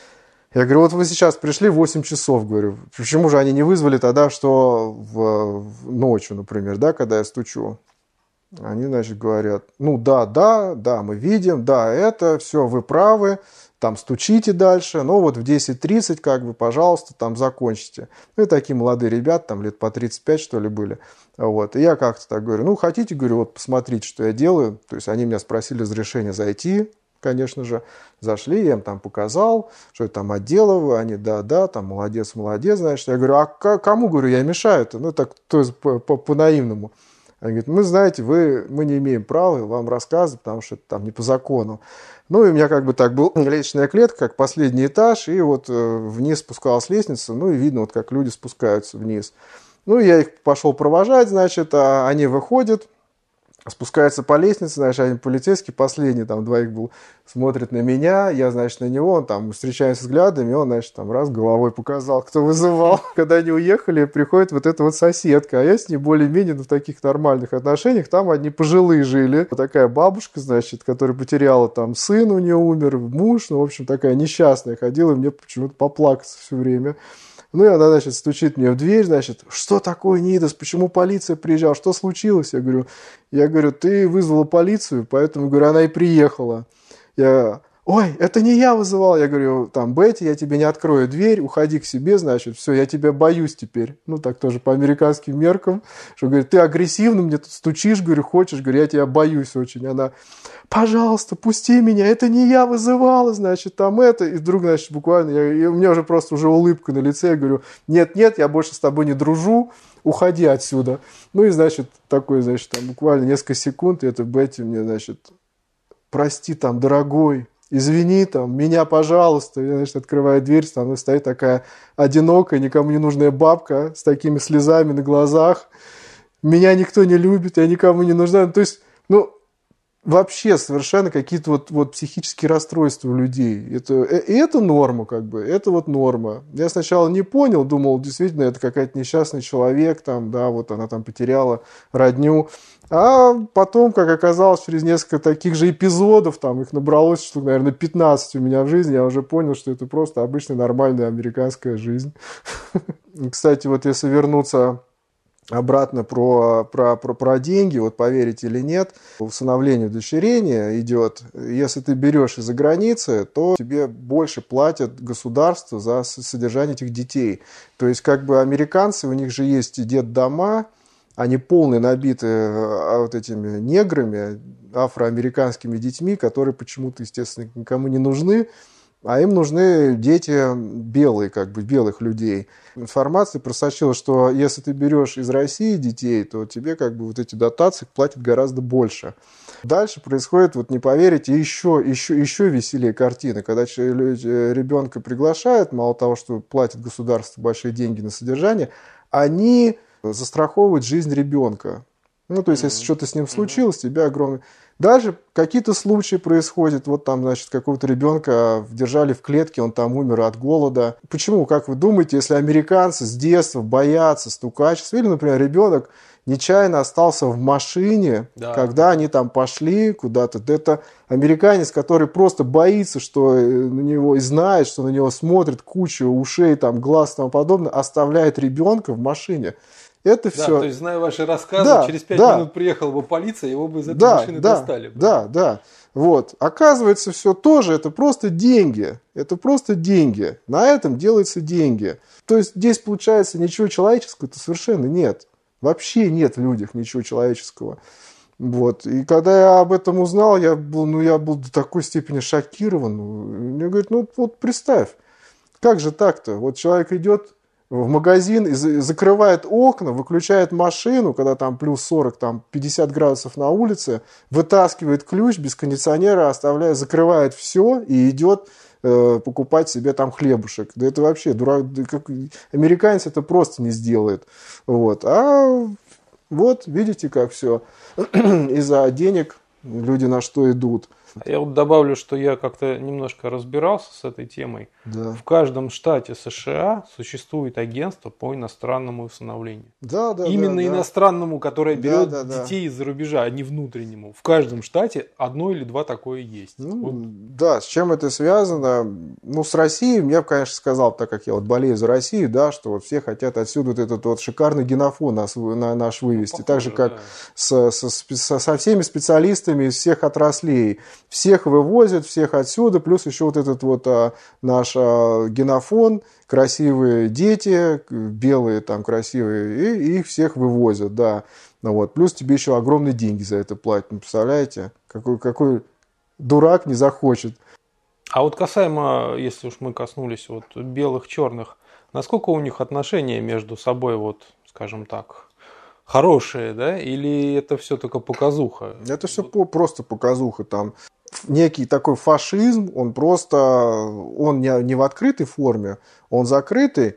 Я говорю: вот вы сейчас пришли в восемь часов, говорю, почему же они не вызвали тогда, что в, в ночью, например, да, когда я стучу? Они, значит, говорят: ну да, да, да, мы видим, да, это, все, вы правы, там стучите дальше, но вот в десять тридцать, как бы, пожалуйста, там закончите. Ну и такие молодые ребята, там лет по тридцать пять, что ли, были. Вот. И я как-то так говорю: ну, хотите, говорю, вот посмотрите, что я делаю. То есть они меня спросили разрешение зайти, конечно же. Зашли, я им там показал, что я там отделываю. Они: да, да, там молодец, молодец, значит. Я говорю: а кому, говорю, я мешаю-то? Ну, так, то есть по-наивному. Они говорят: мы, знаете, вы, мы не имеем права вам рассказывать, потому что это там не по закону. Ну, и у меня как бы так был лестничная клетка, как последний этаж, и вот э, вниз спускалась лестница, ну, и видно, вот как люди спускаются вниз. Ну, я их пошел провожать, значит, а они выходят, спускаются по лестнице, значит, один полицейский, последний, там, двоих был, смотрит на меня, я, значит, на него, он там, встречаемся взглядами, он, значит, там, раз головой показал, кто вызывал. Когда они уехали, приходит вот эта вот соседка, а я с ней более-менее ну, в таких нормальных отношениях, там одни пожилые жили. Вот такая бабушка, значит, которая потеряла там сын, у нее умер, муж, ну, в общем, такая несчастная, ходила, и мне почему-то поплакаться все время. Ну, и она, значит, стучит мне в дверь, значит: что такое, Нидас, почему полиция приезжала, что случилось? Я говорю, я говорю, ты вызвала полицию, поэтому, говорю, она и приехала. Я: ой, это не я вызывал. Я говорю: там, Бетти, я тебе не открою дверь, уходи к себе, значит, все, я тебя боюсь теперь. Ну, так тоже по американским меркам, что, говорит, ты агрессивно мне тут стучишь, говорю, хочешь, говорю, я тебя боюсь очень. Она: пожалуйста, пусти меня, это не я вызывала, значит, там это. И вдруг, значит, буквально, я, и у меня уже просто уже улыбка на лице, я говорю: нет, нет, я больше с тобой не дружу, уходи отсюда. Ну, и, значит, такой, значит, там буквально несколько секунд, и это Бетти мне, значит: прости, там, дорогой, извини, там, меня, пожалуйста. Я, значит, открываю дверь, там стоит такая одинокая, никому не нужная бабка с такими слезами на глазах. Меня никто не любит, я никому не нужна. То есть, ну, вообще совершенно какие-то вот, вот психические расстройства у людей. Это, и это норма, как бы, это вот норма. Я сначала не понял, думал, действительно, это какая-то несчастный человек, там, да, вот она там потеряла родню. А потом, как оказалось, через несколько таких же эпизодов, там их набралось, штук, наверное, пятнадцать у меня в жизни, я уже понял, что это просто обычная нормальная американская жизнь. Кстати, вот если вернуться обратно про, про, про, про деньги, вот поверите или нет, усыновление, удочерение идет. Если ты берешь из-за границы, то тебе больше платят государство за содержание этих детей. То есть, как бы американцы, у них же есть детдома, они полные набиты вот этими неграми, афроамериканскими детьми, которые почему-то, естественно, никому не нужны. А им нужны дети белые, как бы, белых людей. Информация просочилась, что если ты берешь из России детей, то тебе как бы вот эти дотации платят гораздо больше. Дальше происходит, вот не поверите, еще, еще, еще веселее картины. Когда ребенка приглашают, мало того, что платит государство большие деньги на содержание, они застраховывают жизнь ребенка. Ну, то есть, mm-hmm. если что-то с ним случилось, mm-hmm. тебя огромный... Даже какие-то случаи происходят, вот там, значит, какого-то ребенка держали в клетке, он там умер от голода. Почему, как вы думаете, если американцы с детства боятся стукачества, или, например, ребенок нечаянно остался в машине, да. когда они там пошли куда-то, это американец, который просто боится, что на него, и знает, что на него смотрит куча ушей, там, глаз и тому подобное, оставляет ребенка в машине. Это да, все. То есть, зная ваши рассказы, да, через пять да. минут приехала бы полиция, его бы из этой да, машины да, достали бы. Да, да. Вот. Оказывается, все тоже это просто деньги. Это просто деньги. На этом делаются деньги. То есть здесь, получается, ничего человеческого-то совершенно нет. Вообще нет в людях ничего человеческого. Вот. И когда я об этом узнал, я был, ну, я был до такой степени шокирован. Мне говорят, ну вот представь, как же так-то? Вот человек идет в магазин и закрывает окна, выключает машину, когда там плюс сорок, там пятьдесят градусов на улице, вытаскивает ключ без кондиционера, оставляет, закрывает все и идет э, покупать себе там хлебушек. Да это вообще дурак, да как, американец это просто не сделает. Вот. А вот видите, как все из-за денег люди на что идут. Я вот добавлю, что я как-то немножко разбирался с этой темой. Да. В каждом штате США существует агентство по иностранному усыновлению. Да, да, Именно да, иностранному, которое берет да, да, детей из-за рубежа, а не внутреннему. В каждом штате одно или два такое есть. Ну, вот. Да, с чем это связано? Ну, с Россией, я бы, конечно, сказал, так как я вот болею за Россию, да, что вот все хотят отсюда вот этот вот шикарный генофон нас, на наш вывести. Ну, похоже, так же, как да. с, со, со, со всеми специалистами из всех отраслей. Всех вывозят, всех отсюда, плюс еще вот этот вот а, наш а, генофон, красивые дети, белые там красивые, и, и их всех вывозят, да. Ну, вот. Плюс тебе еще огромные деньги за это платят, ну, представляете? Какой, какой дурак не захочет. А вот касаемо, если уж мы коснулись вот белых, черных, насколько у них отношения между собой, вот, скажем так, хорошие, да, или это все только показуха? Это все вот. Просто показуха, там некий такой фашизм, он просто, он не, не в открытой форме, он закрытый,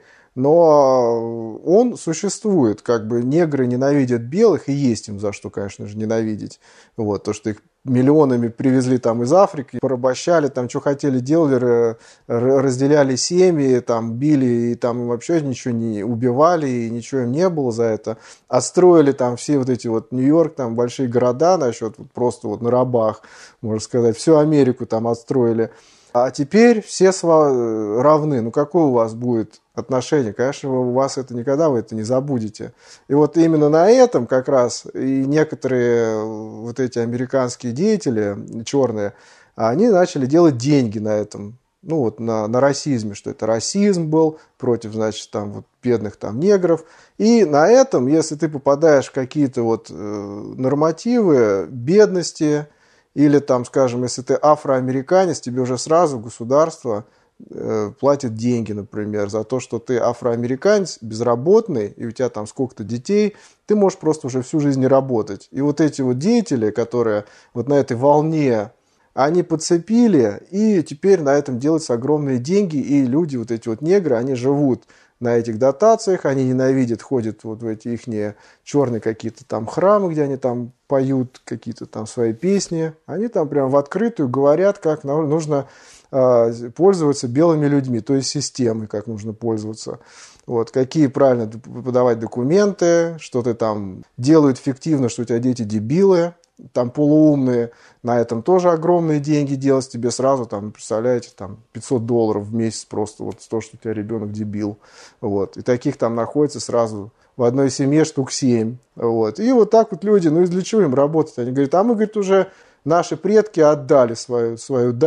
но он существует, как бы негры ненавидят белых, и есть им за что, конечно же, ненавидеть, вот, то, что их миллионами привезли там из Африки, порабощали, там, что хотели, делали, разделяли семьи, там, били, и там вообще ничего не убивали, и ничего им не было за это. Отстроили там все вот эти вот Нью-Йорк, там, большие города, насчет вот просто вот на рабах, можно сказать, всю Америку там отстроили. А теперь все равны. Ну, какое у вас будет отношение? Конечно, у вас это никогда вы это не забудете. И вот именно на этом как раз и некоторые вот эти американские деятели черные, они начали делать деньги на этом. Ну, вот на, на расизме, что это расизм был против, значит, там вот бедных там негров. И на этом, если ты попадаешь в какие-то вот э, нормативы бедности, или там, скажем, если ты афроамериканец, тебе уже сразу государство э, платит деньги, например, за то, что ты афроамериканец, безработный, и у тебя там сколько-то детей, ты можешь просто уже всю жизнь не работать. И вот эти вот деятели, которые вот на этой волне, они подцепили, и теперь на этом делаются огромные деньги, и люди, вот эти вот негры, они живут на этих дотациях, они ненавидят, ходят вот в эти ихние черные какие-то там храмы, где они там поют какие-то там свои песни. Они там прям в открытую говорят, как нужно э, пользоваться белыми людьми, то есть системой, как нужно пользоваться. Вот, какие правильно подавать документы, что ты там делают фиктивно, что у тебя дети дебилы, там полуумные, на этом тоже огромные деньги делать тебе сразу, там, представляете, там пятьсот долларов в месяц просто вот то, что у тебя ребенок дебил. Вот. И таких там находится сразу в одной семье штук семь. Вот. И вот так вот люди, ну и для чего им работать? Они говорят, а мы, говорит, уже наши предки отдали свою, свою дань,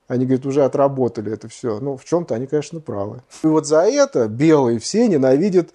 Они, говорит, уже отработали это все. Ну, в чем-то они, конечно, правы. И вот за это белые все ненавидят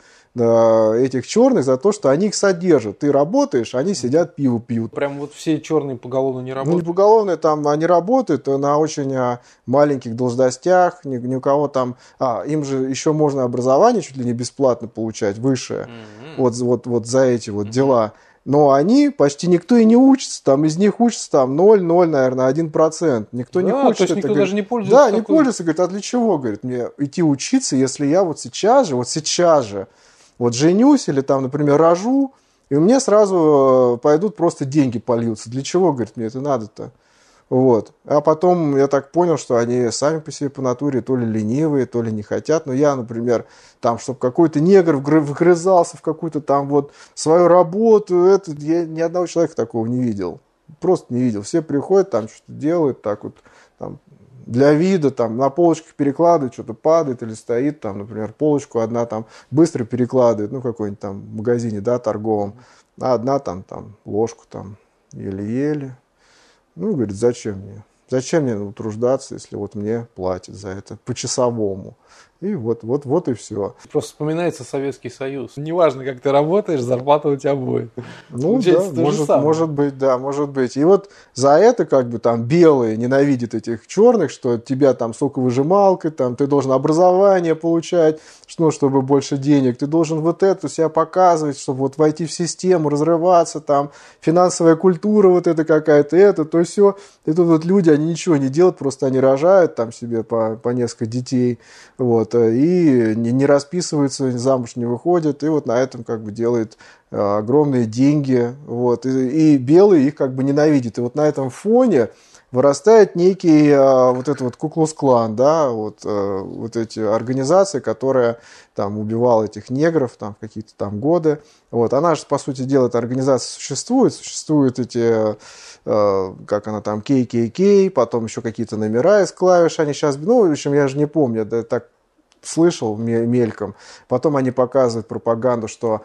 этих черных за то, что они их содержат. Ты работаешь, они сидят, пиво пьют. Прям вот все черные поголовно не работают? Ну, не поголовно, там они работают на очень маленьких должностях, ни, ни у кого там... А, им же еще можно образование чуть ли не бесплатно получать, высшее, mm-hmm. вот, вот, вот за эти вот mm-hmm. дела. Но они, почти никто и не учится, там из них учится там ноль, ноль, наверное, один процент. Никто да, не хочет. То есть это, никто говорит, даже не пользуется? Да, такой... не пользуется. Говорит, а для чего? Говорит, мне идти учиться, если я вот сейчас же, вот сейчас же вот женюсь или там, например, рожу, и у меня сразу пойдут просто деньги польются. Для чего, говорит, мне это надо-то? Вот. А потом я так понял, что они сами по себе по натуре то ли ленивые, то ли не хотят. Но я, например, там, чтобы какой-то негр вгрызался в какую-то там вот свою работу, это, я ни одного человека такого не видел. Просто не видел. Все приходят, там что-то делают, так вот, там, для вида, там, на полочках перекладывает, что-то падает или стоит, там, например, полочку одна там быстро перекладывает, ну, в какой-нибудь там магазине, да, торговом, а одна там, там, ложку там еле-еле. Ну, говорит, зачем мне? Зачем мне утруждаться, если вот мне платят за это по-часовому? И вот, вот, вот и все. Просто вспоминается Советский Союз. Неважно, как ты работаешь, зарплата у тебя будет. Ну да, может, может быть, да, может быть. И вот за это как бы там белые ненавидят этих черных, что тебя там соковыжималкой, там ты должен образование получать, ну, чтобы больше денег, ты должен вот это себя показывать, чтобы вот войти в систему, разрываться, там финансовая культура вот это какая-то, это, то все. И тут вот люди, они ничего не делают, просто они рожают там себе по, по несколько детей, вот, и не, не расписываются, замуж не выходят, и вот на этом как бы делают э, огромные деньги, вот, и, и белые их как бы ненавидят. И вот на этом фоне вырастает некий э, вот этот вот Ку-клукс-клан, да, вот, э, вот эти организации, которая там убивала этих негров там в какие-то там годы, вот, она же, по сути дела, эта организация существует, существуют эти, э, как она там, кей кей кей, потом еще какие-то номера из клавиш, они сейчас, ну, в общем, я же не помню, да, так слышал мельком. Потом они показывают пропаганду, что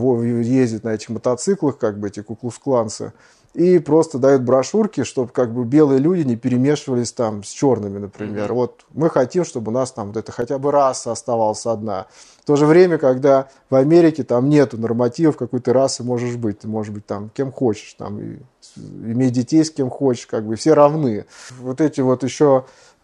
ездят на этих мотоциклах, как бы эти куклукс-кланцы, и просто дают брошюрки, чтобы как бы белые люди не перемешивались там с черными, например. Mm-hmm. Вот мы хотим, чтобы у нас там вот это хотя бы раса оставалась одна. В то же время, когда в Америке там нету нормативов, какой ты расы можешь быть. Ты можешь быть там кем хочешь, там, и иметь детей с кем хочешь, как бы все равны. Вот эти вот еще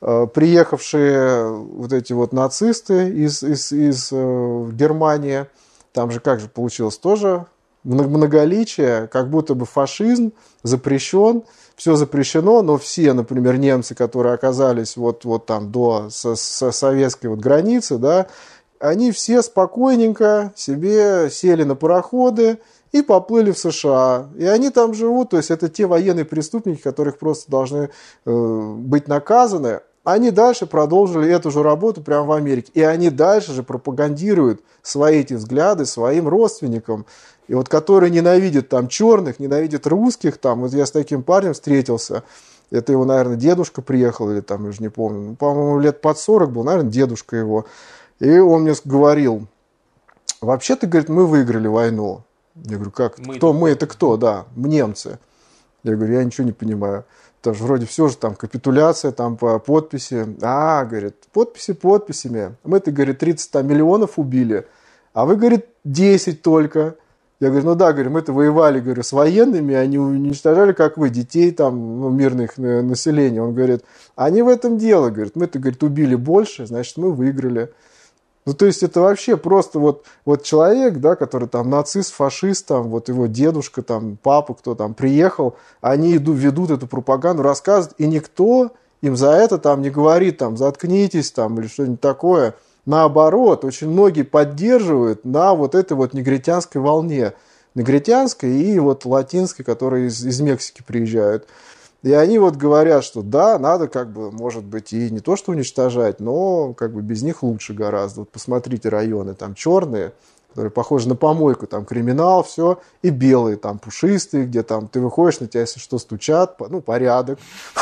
приехавшие вот эти вот нацисты из, из, из э, Германии, там же как же получилось тоже многоличие, как будто бы фашизм запрещен, все запрещено, но все, например, немцы, которые оказались вот, вот там до со, со советской вот границы, да, они все спокойненько себе сели на пароходы и поплыли в США. И они там живут, то есть это те военные преступники, которых просто должны э, быть наказаны. Они дальше продолжили эту же работу прямо в Америке. И они дальше же пропагандируют свои эти взгляды своим родственникам. И вот которые ненавидят там черных, ненавидят русских. Там, вот я с таким парнем встретился. Это его, наверное, дедушка приехал, или там, я уже не помню. Ну, по-моему, лет под сорок был, наверное, дедушка его. И он мне говорил, вообще-то, говорит, мы выиграли войну. Я говорю, как? Мы кто? Мы это кто? Да, немцы. Я говорю, я ничего не понимаю. Потому что вроде все же там капитуляция, там по подписи. А, говорит, подписи подписями. Мы-то, говорит, тридцать там, миллионов убили, а вы, говорит, десять только. Я говорю, ну да, говорю, мы-то воевали, говорю, с военными, они уничтожали, как вы, детей там, ну, мирных населения. Он говорит, они в этом дело, говорит, мы-то, говорит, убили больше, значит, мы выиграли. Ну, то есть, это вообще просто вот, вот человек, да, который там нацист, фашист, там, вот его дедушка, там, папа, кто там приехал, они идут, ведут эту пропаганду, рассказывают, и никто им за это там не говорит, там, заткнитесь, там, или что-нибудь такое. Наоборот, очень многие поддерживают на вот этой вот негритянской волне. Негритянской и вот латинской, которые из, из Мексики приезжают. И они вот говорят, что да, надо как бы, может быть, и не то что уничтожать, но как бы без них лучше гораздо. Вот посмотрите районы там черные, которые похожи на помойку, там криминал, все, и белые, там пушистые, где там ты выходишь, на тебя, если что, стучат, ну, порядок.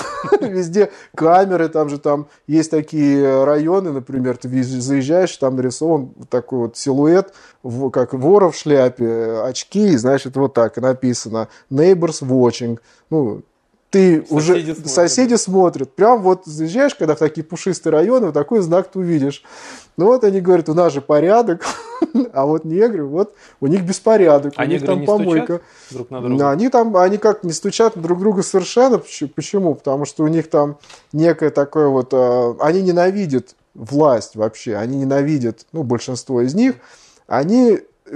Везде камеры, там же там есть такие районы, например, ты заезжаешь, там нарисован такой вот силуэт, как вора в шляпе, очки, и, значит, вот так написано neighbors watching, ну, ты Соседи уже смотрят. соседи смотрят. Прям вот заезжаешь, когда в такие пушистые районы, вот такой знак ты увидишь. Ну вот они говорят, у нас же порядок, а вот негры, вот у них беспорядок, А у них негры там не помойка. стучат друг на друга? Они там, они как не стучат друг друга совершенно. Почему? Потому что у них там некое такое вот, они ненавидят власть вообще, они ненавидят, ну большинство из них, они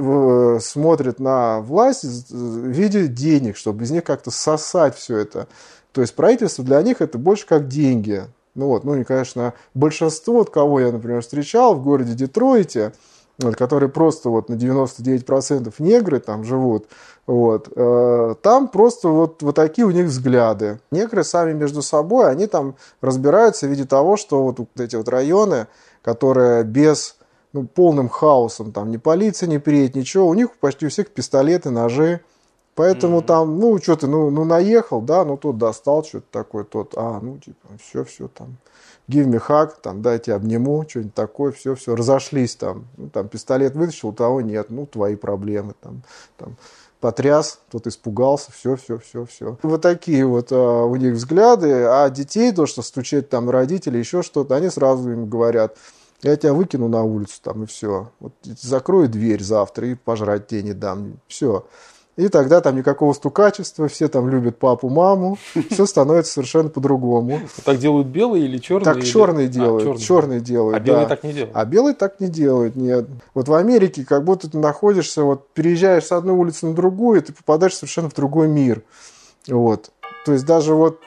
смотрят на власть в виде денег, чтобы из них как-то сосать все это. То есть правительство для них это больше как деньги. Ну вот, ну и, конечно, большинство, вот, кого я, например, встречал в городе Детройте, вот, которые просто вот на девяносто девять процентов негры там живут, вот, э, там просто вот, вот такие у них взгляды. Негры сами между собой, они там разбираются в виде того, что вот, вот эти вот районы, которые без ну, полным хаосом, там ни полиция не приедет, ничего, у них почти у всех пистолеты, ножи. Поэтому mm-hmm. там, ну, что ты, ну, ну, наехал, да, ну, тот достал что-то такое, тот, а, ну, типа, все, все, там, give me hug, там, дайте обниму, что-нибудь такое, все, все, разошлись там, ну, там, пистолет вытащил, у того нет, ну, твои проблемы, там, там, потряс, тот испугался, все, все, все, все. Вот такие вот а, у них взгляды, а детей, то, что стучать там родители, еще что-то, они сразу им говорят, я тебя выкину на улицу, там, и все, вот, закрою дверь завтра и пожрать тебе не дам, все. И тогда там никакого стукачества, все там любят папу, маму, все становится совершенно по-другому. Так делают белые или черные? Так или... черные делают, а, черные. черные делают. А белые да. так не делают? А белые так не делают, нет. Вот в Америке как будто ты находишься, вот переезжаешь с одной улицы на другую, и ты попадаешь совершенно в другой мир. Вот. То есть даже вот,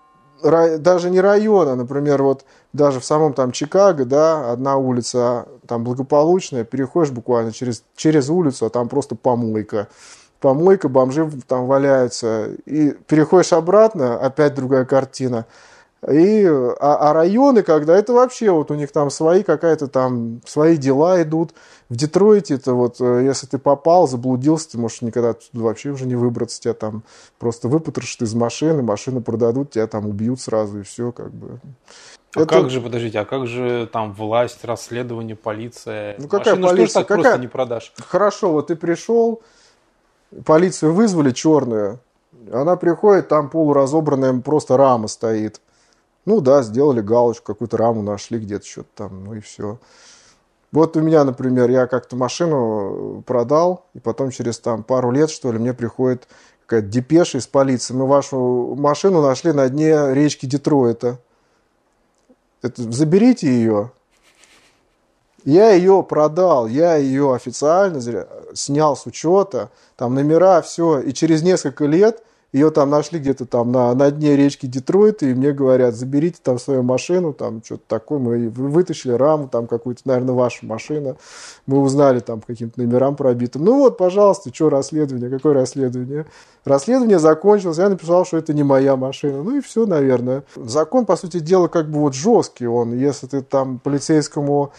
даже не района, например, вот даже в самом там Чикаго, да, одна улица там благополучная, переходишь буквально через, через улицу, а там просто помойка. Помойка, бомжи там валяются. И переходишь обратно, опять другая картина. И, а, а районы, когда это вообще, вот у них там свои какая-то там, свои дела идут. В Детройте это вот, если ты попал, заблудился, ты можешь никогда оттуда вообще уже не выбраться. Тебя там просто выпотрошат из машины, машину продадут, тебя там убьют сразу и все как бы. А это... как же, подождите, а как же там власть, расследование, полиция? Ну какая Машину полиция? Что ж так какая... просто не продашь? Хорошо, вот ты пришел, полицию вызвали черную, она приходит, там полуразобранная просто рама стоит. Ну да, сделали галочку, какую-то раму нашли где-то, что-то там, ну и все. Вот у меня, например, я как-то машину продал, и потом через там пару лет, что ли, мне приходит какая-то депеша из полиции. Мы вашу машину нашли на дне речки Детройта. Это, заберите ее. Я ее продал, я ее официально снял с учета, там номера, все. И через несколько лет ее там нашли где-то там на, на дне речки Детройта, и мне говорят, заберите там свою машину, там что-то такое. Мы вытащили раму, там какую-то, наверное, ваша машина. Мы узнали там по каким-то номерам пробитым. Ну вот, пожалуйста, что расследование, какое расследование? Расследование закончилось, я написал, что это не моя машина. Ну и все, наверное. Закон, по сути дела, как бы вот жесткий. Он, если ты там полицейскому,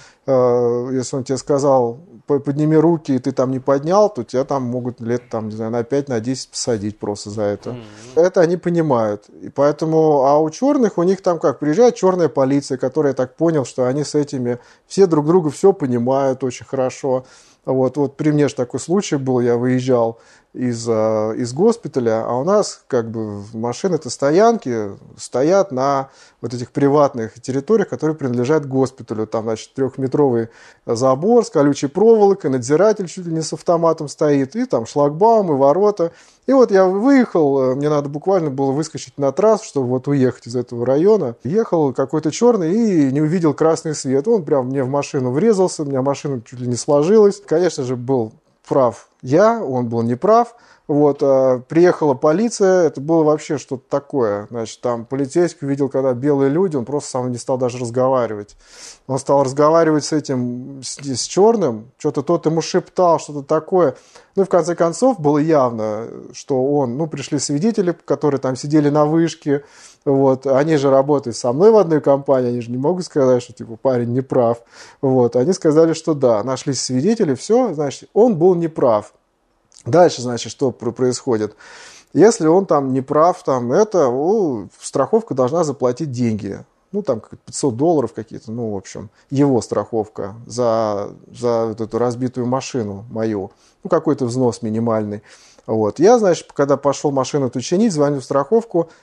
э, если он тебе сказал, подними руки, и ты там не поднял, то тебя там могут лет, там, не знаю, на пять, на десять посадить просто за это. Mm-hmm. Это они понимают. И поэтому, а у черных, у них там как, приезжает черная полиция, которая, я так понял, что они с этими, все друг друга все понимают очень хорошо. Вот, вот при мне же такой случай был, я выезжал из, из госпиталя, а у нас как бы машины-то стоянки стоят на вот этих приватных территориях, которые принадлежат госпиталю. Там, значит, трехметровый забор с колючей проволокой, надзиратель чуть ли не с автоматом стоит, и там шлагбаум, и ворота. И вот я выехал, мне надо буквально было выскочить на трассу, чтобы вот уехать из этого района. Ехал какой-то черный и не увидел красный свет. Он прям мне в машину врезался, у меня машина чуть ли не сложилась. Конечно же, был прав я, он был неправ. Вот, а, приехала полиция, это было вообще что-то такое. Значит, там полицейский увидел, когда белые люди, он просто сам не стал даже разговаривать. Он стал разговаривать с этим, с, с черным, что-то тот ему шептал, что-то такое. Ну и в конце концов было явно, что он, ну пришли свидетели, которые там сидели на вышке, вот, они же работают со мной в одной компании, они же не могут сказать, что типа парень не прав. Вот, они сказали, что да, нашлись свидетели, все, значит, он был неправ. Дальше, значит, что происходит? Если он там не прав, там это, о, страховка должна заплатить деньги. Ну, там пятьсот долларов какие-то, ну, в общем, его страховка за, за вот эту разбитую машину мою. Ну, какой-то взнос минимальный. Вот. Я, значит, когда пошел машину чинить, звоню в страховку.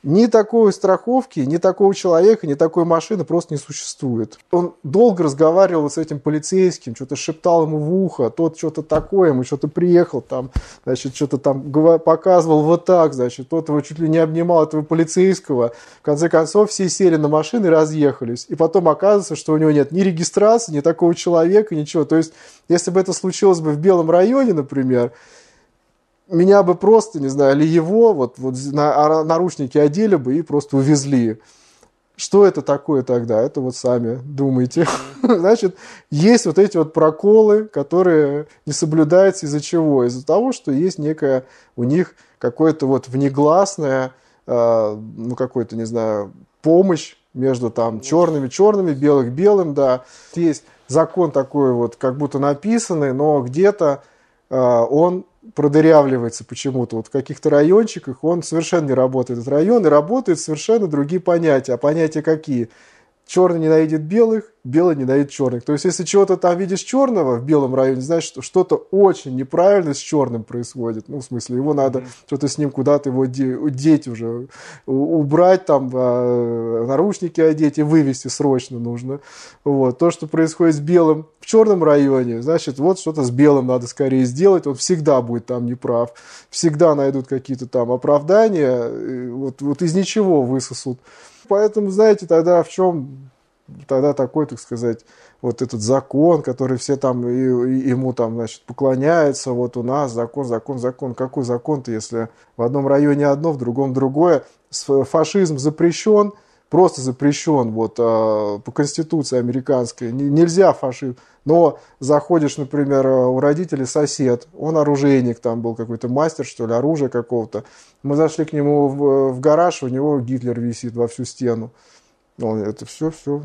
Ни такой страховки, ни такого человека, ни такой машины просто не существует. Он долго разговаривал с этим полицейским, что-то шептал ему в ухо, тот что-то такое, ему что-то приехал, там, значит, что-то там показывал вот так, значит, тот его чуть ли не обнимал, этого полицейского. В конце концов, все сели на машины и разъехались. И потом оказывается, что у него нет ни регистрации, ни такого человека, ничего. То есть, если бы это случилось бы в Белом районе, например, меня бы просто, не знаю, или его вот, вот на, наручники одели бы и просто увезли. Что это такое тогда? Это вот сами думайте. Значит, есть вот эти вот проколы, которые не соблюдаются из-за чего? Из-за того, что есть некое у них какое-то вот внегласное, э, ну, какой-то, не знаю, помощь между там черными-черными, белых-белым, да. Есть закон такой вот, как будто написанный, но где-то э, он продырявливается почему-то. Вот в каких-то райончиках он совершенно не работает, этот район, и работают совершенно другие понятия. А понятия какие? Черный ненавидит белых, белый ненавидит черных. То есть, если чего-то там видишь черного в белом районе, значит, что что-то очень неправильно с черным происходит. Ну, в смысле, его надо mm-hmm. что-то с ним куда-то его деть уже, убрать, там, наручники одеть и вывести срочно нужно. Вот. То, что происходит с белым в черном районе, значит, вот что-то с белым надо скорее сделать. Он всегда будет там неправ. Всегда найдут какие-то там оправдания. Вот, вот из ничего высосут. Поэтому, знаете, тогда в чем тогда такой, так сказать, вот этот закон, который все там и, и ему там, значит, поклоняются, вот у нас закон, закон, закон. Какой закон-то, если в одном районе одно, в другом другое? Фашизм запрещен, просто запрещен вот по Конституции американской. Нельзя фашизм. Но заходишь, например, у родителей сосед, он оружейник, там был какой-то мастер, что ли, оружия какого-то. Мы зашли к нему в, в гараж, у него Гитлер висит во всю стену. Он, это все, все,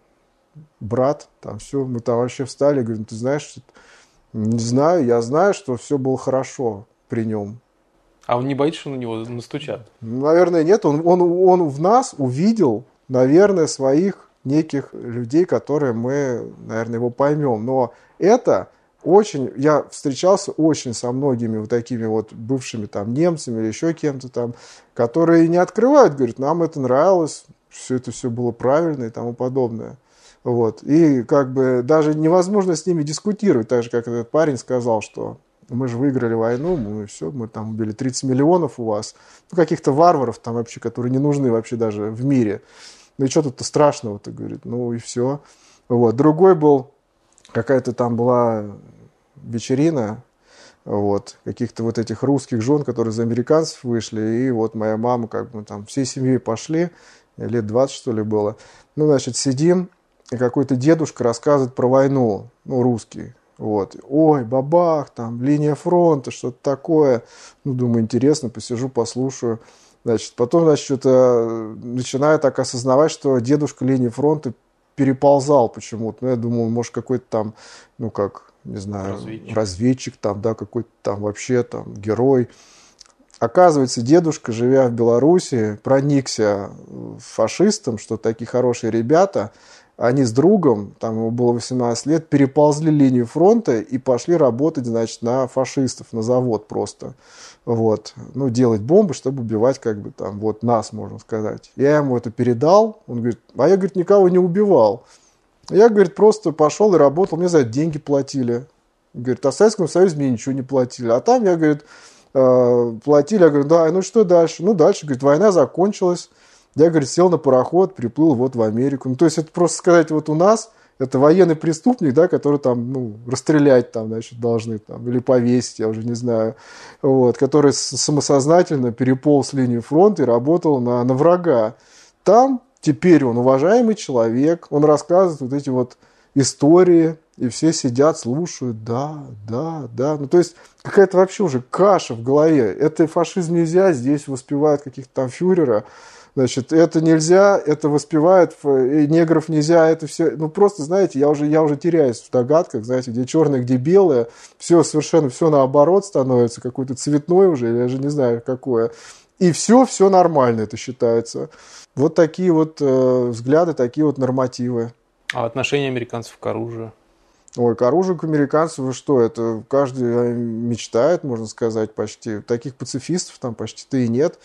брат, там все, мы там вообще встали, говорим, ты знаешь, не знаю, я знаю, что все было хорошо при нем. А он не боится, что на него настучат? Наверное, нет, он, он, он в нас увидел, наверное, своих неких людей, которые мы, наверное, его поймем. Но это очень, я встречался очень со многими вот такими вот бывшими там немцами или еще кем-то там, которые не открывают, говорят, нам это нравилось, все это все было правильно и тому подобное. Вот. И как бы даже невозможно с ними дискутировать, так же, как этот парень сказал, что мы же выиграли войну, мы все, мы там убили тридцать миллионов у вас, ну, каких-то варваров там вообще, которые не нужны вообще даже в мире. Ну и что тут-то страшного-то, говорит, ну и все. Вот. Другой был, какая-то там была вечерина, вот, каких-то вот этих русских жен, которые за американцев вышли, и вот моя мама, как бы там всей семьей пошли, лет двадцать, что ли, было. Ну, значит, сидим, и какой-то дедушка рассказывает про войну, ну, русский. Вот. Ой, бабах, там, линия фронта, что-то такое. Ну, думаю, интересно, посижу, послушаю. Значит, потом, значит, что-то начинаю так осознавать, что дедушка линии фронта переползал почему-то. Ну, я думал, может, какой-то там, ну, как, не знаю, разведчик, разведчик там, да, какой-то там вообще там герой. Оказывается, дедушка, живя в Беларуси, проникся фашистом, что такие хорошие ребята, они с другом, там ему было восемнадцать лет, переползли линию фронта и пошли работать, значит, на фашистов, на завод просто. Вот. Ну, делать бомбы, чтобы убивать, как бы, там, вот, нас, можно сказать. Я ему это передал, он говорит, а я, говорит, никого не убивал. Я, говорит, просто пошел и работал, мне за это деньги платили. Говорит, а в Советском Союзе мне ничего не платили. А там я, говорит, платили, я говорю, да, ну что дальше? Ну, дальше, говорит, война закончилась. Я, говорит, сел на пароход, приплыл вот в Америку. Ну, то есть, это просто сказать, вот у нас, это военный преступник, да, который там, ну, расстрелять там, значит, должны, там, или повесить, я уже не знаю, вот, который самосознательно переполз линию фронта и работал на, на врага. Там теперь он уважаемый человек, он рассказывает вот эти вот истории, и все сидят, слушают, да, да, да. Ну, то есть, какая-то вообще уже каша в голове. Это фашизм нельзя, здесь воспевают каких-то там фюрера. Значит, это нельзя, это воспевают, негров нельзя, это все. Ну, просто, знаете, я уже, я уже теряюсь в догадках, знаете, где черное, где белое. Все совершенно, все наоборот становится, какой-то цветной уже, я же не знаю, какое. И все, все нормально это считается. Вот такие вот э, взгляды, такие вот нормативы. А отношение американцев к оружию? Ой, к оружию, к американцам, вы что, это каждый мечтает, можно сказать, почти. Таких пацифистов там почти-то и нет.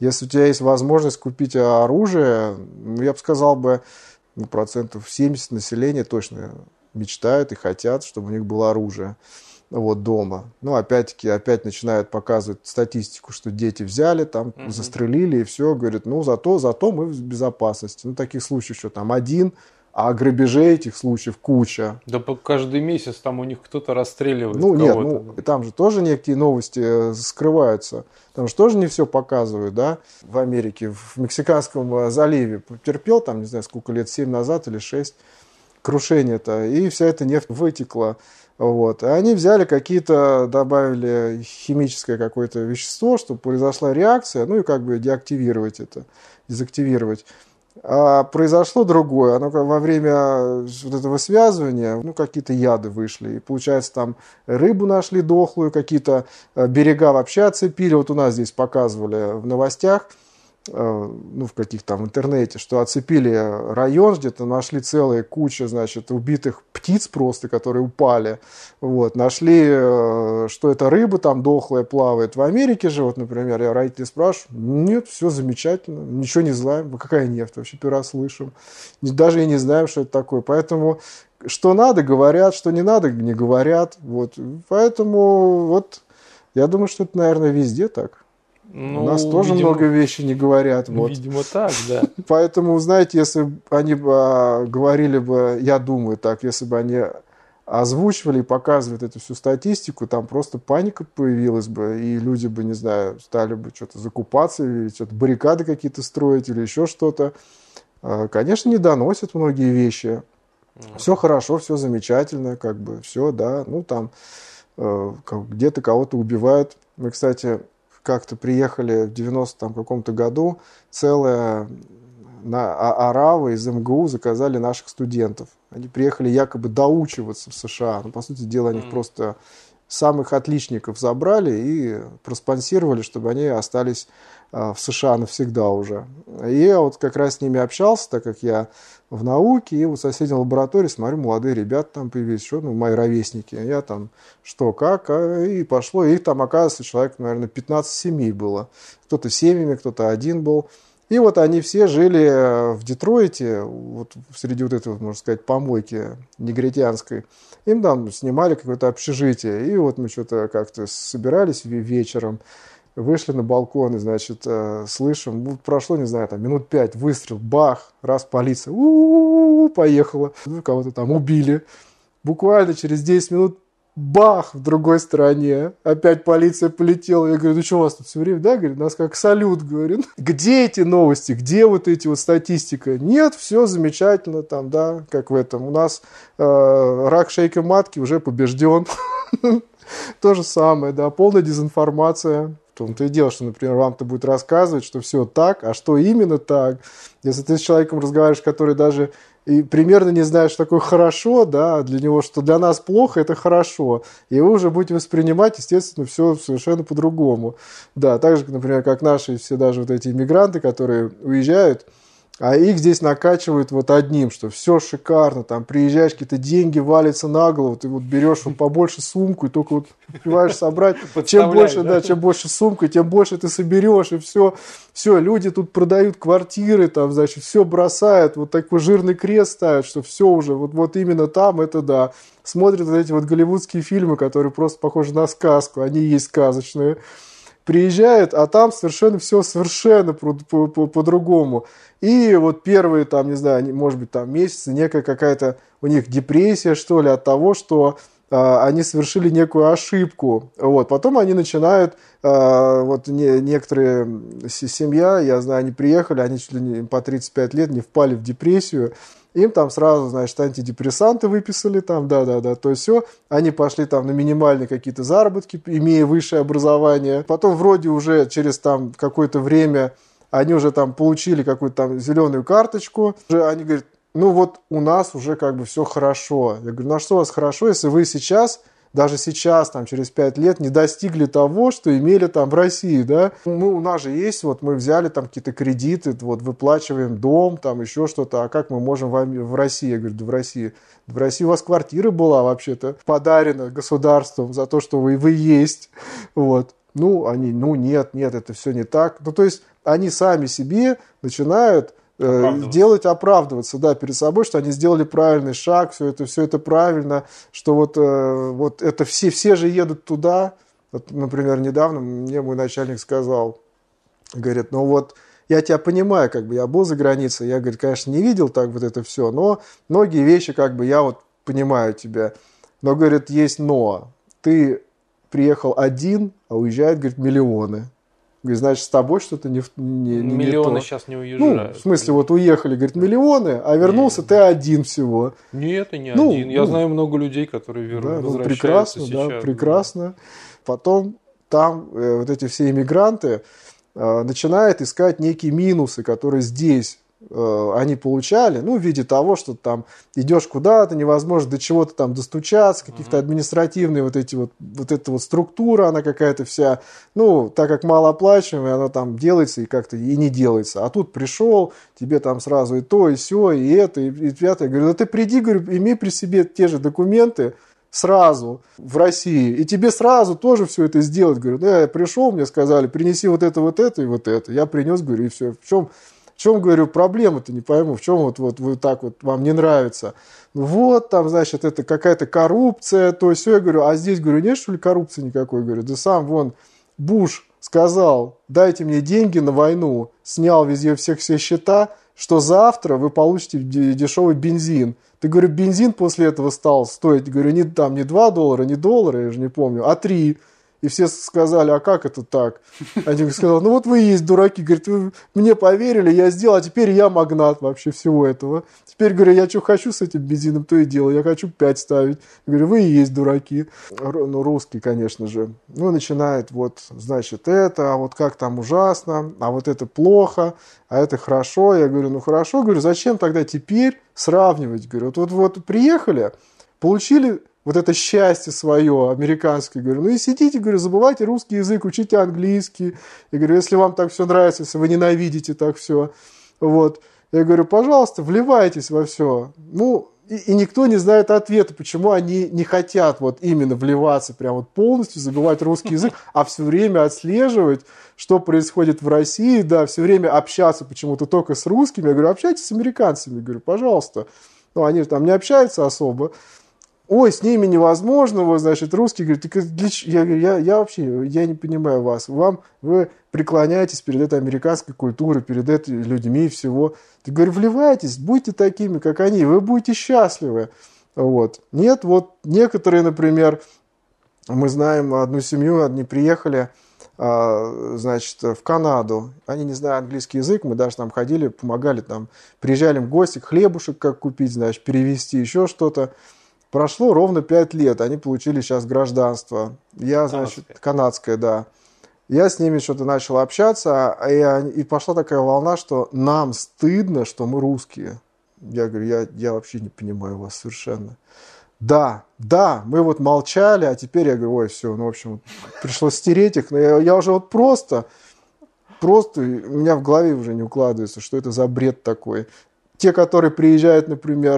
Если у тебя есть возможность купить оружие, я бы сказал бы, ну, процентов семьдесят населения точно мечтают и хотят, чтобы у них было оружие вот, дома. Ну, опять-таки, опять начинают показывать статистику, что дети взяли, там, mm-hmm. застрелили, и все, говорят, ну, зато, зато мы в безопасности. Ну, таких случаев, что там один, а грабежей этих случаев куча. Да каждый месяц там у них кто-то расстреливает ну, кого-то. Нет, ну, там же тоже некие новости скрываются. Там же тоже не все показывают, да. В Америке, в Мексиканском заливе потерпел, там, не знаю, сколько лет, семь назад или шесть, крушение-то, и вся эта нефть вытекла. Вот. И они взяли какие-то, добавили химическое какое-то вещество, чтобы произошла реакция, ну и как бы деактивировать это, дезактивировать. А произошло другое. Оно во время вот этого связывания, ну, какие-то яды вышли. И, получается, там рыбу нашли дохлую, какие-то берега вообще оцепили. Вот у нас здесь показывали в новостях, ну, в каких-то там интернете, что оцепили район, где-то нашли целая куча, значит, убитых птиц просто, которые упали. Вот. Нашли, что это рыба там дохлая плавает. В Америке же, вот, например, я родителей спрашиваю, нет, все замечательно, ничего не знаем. Какая нефть? Вообще первый раз слышим. Даже и не знаем, что это такое. Поэтому что надо, говорят, что не надо, не говорят. Вот. Поэтому вот я думаю, что это, наверное, везде так. Ну, у нас тоже видимо, много вещей не говорят. Вот. Видимо, так, да. Поэтому, знаете, если бы они а, говорили бы, я думаю так, если бы они озвучивали и показывали эту всю статистику, там просто паника появилась бы, и люди бы, не знаю, стали бы что-то закупаться, или что-то баррикады какие-то строить, или еще что-то. А, конечно, не доносят многие вещи. Mm. Все хорошо, все замечательно, как бы, все, да, ну, там э, где-то кого-то убивают. Мы, кстати... как-то приехали в девяностом каком-то году, целая на арава из эм гэ у заказали наших студентов. Они приехали якобы доучиваться в США. Но, по сути дела, они mm. просто самых отличников забрали и проспонсировали, чтобы они остались в США навсегда уже. И я вот как раз с ними общался, так как я в науке, и вот в соседней лаборатории смотрю, молодые ребята там появились, что, ну, мои ровесники. Я там, что, как, и пошло. И их там, оказывается, человек, наверное, пятнадцать семей было. Кто-то семьями, кто-то один был. И вот они все жили в Детройте, вот среди вот этой, можно сказать, помойки негритянской. Им там снимали какое-то общежитие. И вот мы что-то как-то собирались вечером, вышли на балкон и, значит, слышим, ну, прошло, не знаю, там минут пять, выстрел, бах, раз, полиция, у-у-у, поехала. Ну, кого-то там убили. Буквально через десять минут бах, в другой стороне. Опять полиция полетела. Я говорю, ну что у вас тут все время? Да, говорит, нас как салют, говорит. Где эти новости? Где вот эти вот статистика? Нет, все замечательно там, да, как в этом. У нас э, рак шейки матки уже побежден. То же самое, да, полная дезинформация. В том-то и дело, что, например, вам-то будет рассказывать, что все так, а что именно так. Если ты с человеком разговариваешь, который даже и примерно не знает, что такое хорошо, да, для него, что для нас плохо, это хорошо. И вы уже будете воспринимать, естественно, все совершенно по-другому. Да, так же, например, как наши все даже вот эти иммигранты, которые уезжают, а их здесь накачивают вот одним, что все шикарно, там приезжаешь, какие-то деньги валятся на голову, ты вот берешь вот побольше сумку и только вот успеваешь собрать. Чем больше, да, чем больше сумка, тем больше ты соберешь, и все, все, люди тут продают квартиры, там, значит, все бросают, вот такой жирный крест ставят, что все уже, вот, вот именно там, это да. Смотрят вот эти вот голливудские фильмы, которые просто похожи на сказку, они и есть сказочные. Приезжают, а там совершенно все совершенно по-другому. И вот первые, там, не знаю, может быть, там месяцы, некая какая-то у них депрессия, что ли, от того, что э, они совершили некую ошибку. Вот. Потом они начинают, э, вот не, некоторые семья, я знаю, они приехали, они чуть ли не по тридцать пять лет не впали в депрессию. Им там сразу, значит, антидепрессанты выписали, там, да-да-да, то есть все. Они пошли там на минимальные какие-то заработки, имея высшее образование. Потом вроде уже через там какое-то время они уже там получили какую-то там зеленую карточку. Они говорят, ну вот у нас уже как бы все хорошо. Я говорю, ну а что у вас хорошо, если вы сейчас... даже сейчас, там, через пять лет, не достигли того, что имели там в России, да. Мы, у нас же есть, вот мы взяли там какие-то кредиты, вот выплачиваем дом, там еще что-то, а как мы можем в, в России? Я говорю, да в России. В России у вас квартира была вообще-то подарена государством за то, что вы, вы есть, вот. Ну, они, ну, нет, нет, это все не так. Ну, то есть, они сами себе начинают Оправдываться. делать, оправдываться, да, перед собой, что они сделали правильный шаг, все это, все это правильно, что вот, вот это все, все же едут туда. Вот, например, недавно мне мой начальник сказал, говорит, ну вот, я тебя понимаю, как бы я был за границей, я, говорит, конечно, не видел так вот это все, но многие вещи, как бы, я вот понимаю тебя. Но, говорит, есть но. Ты приехал один, а уезжают, говорит, миллионы. Говорит, значит, с тобой что-то не, не, не Миллионы не то. сейчас не уезжают. Ну, в смысле, вот уехали, говорит, миллионы, а вернулся Не. ты один всего. Нет, это не Ну, один. Я ну, знаю много людей, которые Да, верно ну, возвращаются прекрасно, сейчас. да, прекрасно. Потом там э, вот эти все иммигранты э, начинают искать некие минусы, которые здесь э, они получали, ну, в виде того, что там идешь куда-то, невозможно до чего-то там достучаться, каких-то административные вот эти вот, вот эта вот структура, она какая-то вся, ну, так как малооплачиваемая, она там делается и как-то и не делается. А тут пришел, тебе там сразу и то, и сё, и это, и, и пятое. Говорю, да ты приди, говорю, имей при себе те же документы, сразу в России, и тебе сразу тоже все это сделать. Говорю, ну, я пришел, мне сказали, принеси вот это, вот это и вот это. Я принес, говорю, и все. В чем, в чем, говорю, проблема-то, не пойму, в чем вот, вот вы так вот, вам не нравится. Вот, там, значит, это какая-то коррупция, то есть, я говорю, а здесь, говорю, нет, что ли, коррупции никакой? Говорю, да сам, вон, Буш сказал, дайте мне деньги на войну, снял везде всех все счета, что завтра вы получите дешевый бензин. Ты, говорю, бензин после этого стал стоить, говорю, не, там, не два доллара, не доллара, я же не помню, а три. И все сказали, а как это так? Они сказали, ну вот вы и есть дураки. Говорит, вы мне поверили, я сделал, а теперь я магнат вообще всего этого. Теперь, говорю, я что хочу с этим бензином, то и делаю. Я хочу пять ставить. Я говорю, вы и есть дураки. Ну, русский, конечно же. Ну, начинает вот, значит, это, а вот как там ужасно, а вот это плохо, а это хорошо. Я говорю, ну хорошо. Говорю, зачем тогда теперь сравнивать? Говорю, вот, вот, вот приехали, получили вот это счастье свое американское, говорю, ну и сидите, говорю, забывайте русский язык, учите английский. Я говорю, если вам так все нравится, если вы ненавидите так все, вот. Я говорю, пожалуйста, вливайтесь во все. Ну, и, и никто не знает ответа, почему они не хотят вот именно вливаться прям вот полностью, забывать русский язык, а все время отслеживать, что происходит в России, да, все время общаться почему-то только с русскими. Я говорю, общайтесь с американцами, я говорю, пожалуйста. Ну, они же там не общаются особо. Ой, с ними невозможно, вот, значит, русский говорит, для... я, говорю, я, я вообще, я не понимаю вас, вам, вы преклоняетесь перед этой американской культурой, перед этими людьми и всего. Ты, говорю, вливайтесь, будьте такими, как они, вы будете счастливы. Вот. Нет, вот некоторые, например, мы знаем одну семью, они приехали, значит, в Канаду, они не знают английский язык, мы даже там ходили, помогали там, приезжали в гости, хлебушек как купить, значит, перевезти, еще что-то. Прошло ровно пять лет, они получили сейчас гражданство. Я, значит, канадское, канадское, да. Я с ними что-то начал общаться, и, и пошла такая волна, что нам стыдно, что мы русские. Я говорю, я, я вообще не понимаю вас совершенно. Да, да, мы вот молчали, а теперь я говорю, ой, все, ну, в общем, пришлось стереть их, но я, я уже вот просто, просто, у меня в голове уже не укладывается, что это за бред такой. Те, которые приезжают, например,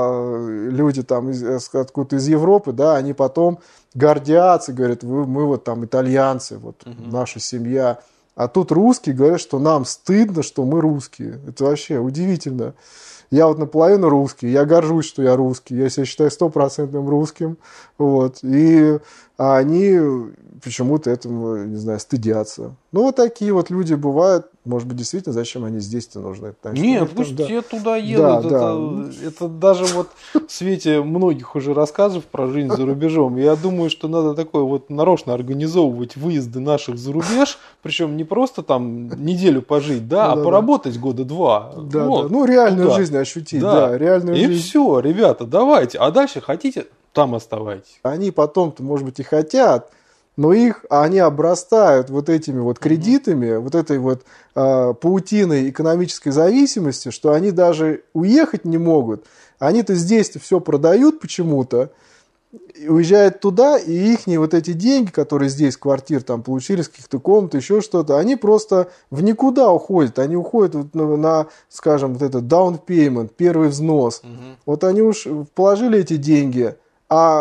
люди там из, откуда-то из Европы, да, они потом гордятся, говорят, вы, мы вот там итальянцы, вот угу. наша семья. А тут русские говорят, что нам стыдно, что мы русские. Это вообще удивительно. Я вот наполовину русский, я горжусь, что я русский, я себя считаю стопроцентным русским, вот, и они почему-то этому, не знаю, стыдятся. Ну, вот такие вот люди бывают, может быть, действительно, зачем они здесь-то нужны? Потому Нет, пусть да. те туда едут, да, это, да. это даже вот в свете многих уже рассказов про жизнь за рубежом, я думаю, что надо такое вот нарочно организовывать выезды наших за рубеж, причем не просто там неделю пожить, да, ну, а да, поработать да. года два. Да, вот, да. Ну, реальную туда. жизнь ощутить, да, да реальную и жизнь. все, ребята, давайте, а дальше хотите, там оставайтесь. Они потом-то, может быть, и хотят, но их, они обрастают вот этими вот кредитами, mm-hmm. вот этой вот э, паутиной экономической зависимости, что они даже уехать не могут. Они-то здесь-то все продают почему-то, уезжают туда, и их вот эти деньги, которые здесь, квартир там получили, с каких-то комнат, еще что-то, они просто в никуда уходят. Они уходят вот на, на, скажем, вот этот down payment, первый взнос. Mm-hmm. Вот они уж положили эти деньги, а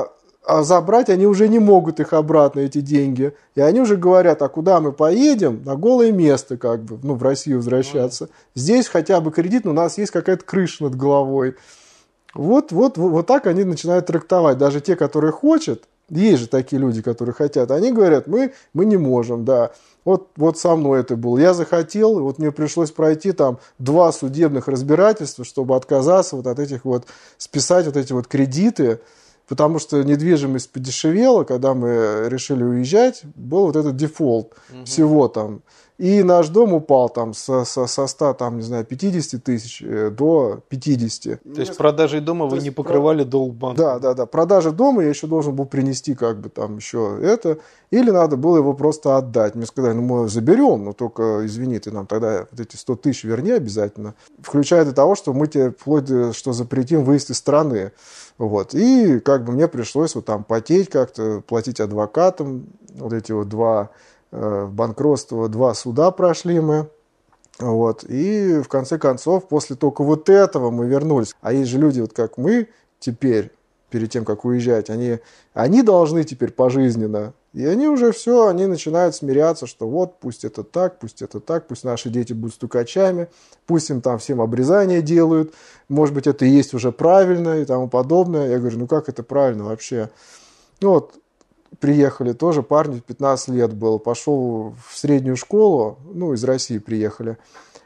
а забрать они уже не могут их обратно, эти деньги. И они уже говорят, а куда мы поедем? На голое место, как бы, ну, в Россию возвращаться. Здесь хотя бы кредит, но у нас есть какая-то крыша над головой. Вот, вот, вот, вот так они начинают трактовать. Даже те, которые хотят, есть же такие люди, которые хотят, они говорят, мы, мы не можем, да. Вот, вот со мной это было. Я захотел, вот мне пришлось пройти там два судебных разбирательства, чтобы отказаться вот от этих вот, списать вот эти вот кредиты, потому что недвижимость подешевела, когда мы решили уезжать, был вот этот дефолт угу. всего там. И наш дом упал там со, со, со ста, там, не знаю, пятидесяти тысяч до пятидесяти. То есть продажей дома вы не покрывали про... долг банка? Да, да, да. Продажа дома я еще должен был принести как бы там еще это. Или надо было его просто отдать. Мне сказали, ну мы заберем, но только, извини, ты нам тогда вот эти сто тысяч верни обязательно. Включая до того, что мы тебе вплоть до, что запретим выезд из страны. Вот. И как бы мне пришлось вот там потеть как-то, платить адвокатам. Вот эти вот два... банкротство, два суда прошли мы. Вот. И в конце концов, после только вот этого мы вернулись. А есть же люди, вот как мы теперь, перед тем, как уезжать, они, они должны теперь пожизненно. И они уже все, они начинают смиряться, что вот, пусть это так, пусть это так, пусть наши дети будут стукачами, пусть им там всем обрезания делают, может быть, это и есть уже правильно и тому подобное. Я говорю, ну как это правильно вообще? Ну вот, приехали тоже, парню пятнадцать лет был, пошел в среднюю школу, ну, из России приехали,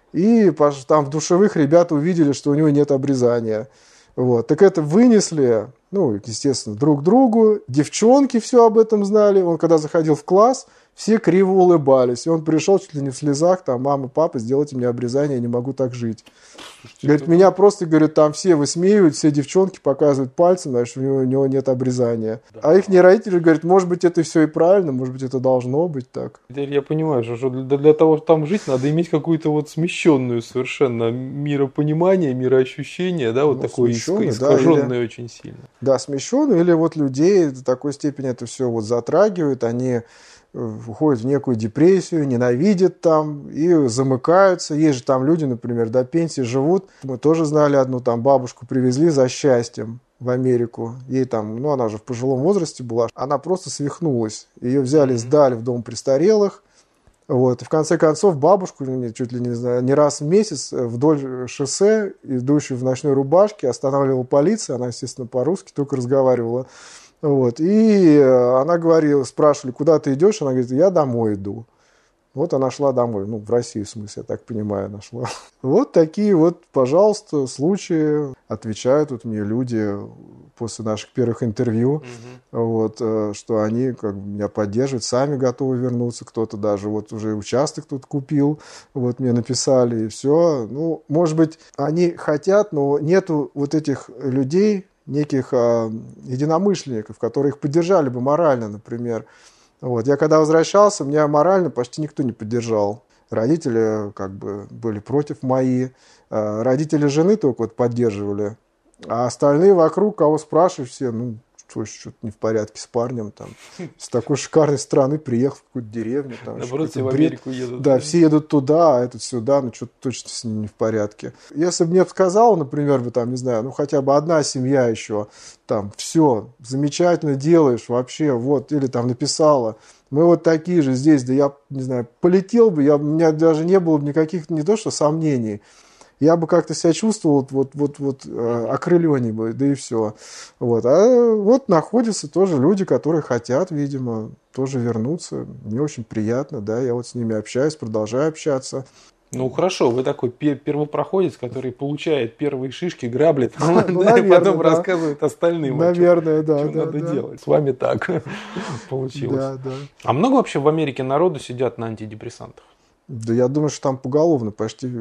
и там в душевых ребята увидели, что у него нет обрезания. Вот. Так это вынесли, ну, естественно, друг другу, девчонки все об этом знали, он когда заходил в класс, все криво улыбались, и он пришел чуть ли не в слезах, там, мама, папа, сделайте мне обрезание, я не могу так жить. Говорит, меня просто, говорит, там все высмеивают, все девчонки показывают пальцем, значит, у него, у него нет обрезания. Да. А их родители говорят, может быть, это все и правильно, может быть, это должно быть так. Теперь я понимаю, что для, для того, чтобы там жить, надо иметь какую-то вот смещенную совершенно миропонимание, мироощущение, да, вот ну, такое искаженное да, или, очень сильно. Да, смещенное, или вот людей до такой степени это все вот затрагивает, они уходят в некую депрессию, ненавидят там и замыкаются. Есть же там люди, например, до пенсии живут. Мы тоже знали одну там бабушку, привезли за счастьем в Америку. Ей там, ну она же в пожилом возрасте была, она просто свихнулась. Ее взяли, сдали в дом престарелых. Вот. И в конце концов бабушку, чуть ли не знаю, не раз в месяц вдоль шоссе, идущую в ночной рубашке, останавливала полиция. Она, естественно, по-русски только разговаривала. Вот. И она говорила, спрашивали, куда ты идешь? Она говорит, я домой иду. Вот она шла домой. Ну, в Россию, в смысле, я так понимаю, она шла. Вот такие вот, пожалуйста, случаи. Отвечают вот мне люди после наших первых интервью, угу. вот, что они как бы меня поддерживают, сами готовы вернуться. Кто-то даже вот уже участок тут купил, вот мне написали, и все. Ну, может быть, они хотят, но нету вот этих людей, неких э, единомышленников, которые их поддержали бы морально, например. Вот. Я когда возвращался, меня морально почти никто не поддержал. Родители как бы были против мои. Э, родители жены только вот поддерживали. А остальные вокруг, кого спрашиваешь, все, ну, что-то не в порядке с парнем. Там, с такой шикарной страны приехал в какую-то деревню. Там, наоборот, все в Америку едут. Да, все едут туда, а этот сюда, ну что-то точно с ним не в порядке. Если бы мне сказал, например, бы, там, не знаю, ну хотя бы одна семья еще, там, все, замечательно делаешь вообще, вот, или там написала, мы вот такие же здесь, да я, не знаю, полетел бы, я, у меня даже не было бы никаких, не то что сомнений, я бы как-то себя чувствовал вот, вот, вот, э, окрыленней бы, да и все. Вот. А вот находятся тоже люди, которые хотят, видимо, тоже вернуться. Мне очень приятно, да, я вот с ними общаюсь, продолжаю общаться. Ну хорошо, вы такой первопроходец, который получает первые шишки, граблет, и потом рассказывает остальным, наверное, да, что надо делать. С вами так получилось. А много вообще в Америке народу сидят на антидепрессантах? Да я думаю, что там поголовно почти...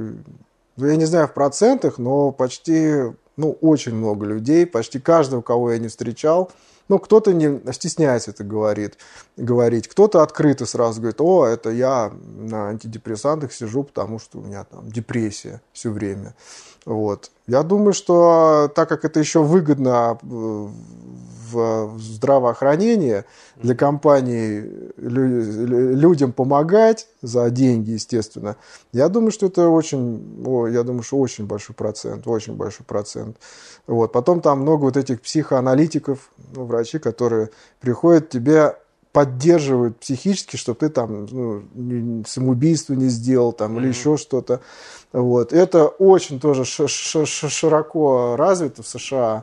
Я не знаю в процентах, но почти, ну, очень много людей, почти каждого, кого я не встречал. Ну, кто-то не стесняется это говорит, говорить, кто-то открыто сразу говорит, о, это я на антидепрессантах сижу, потому что у меня там депрессия все время. Вот. Я думаю, что так как это еще выгодно в, в здравоохранение, для компаний лю, людям помогать за деньги, естественно, я думаю, что это очень, о, я думаю, что очень большой процент, очень большой процент. Вот. Потом там много вот этих психоаналитиков, ну, врачи, которые приходят тебя поддерживают психически, чтобы ты там ну, самоубийство не сделал там, mm-hmm. или еще что-то. Вот. Это очень тоже ш- ш- ш- широко развито в США.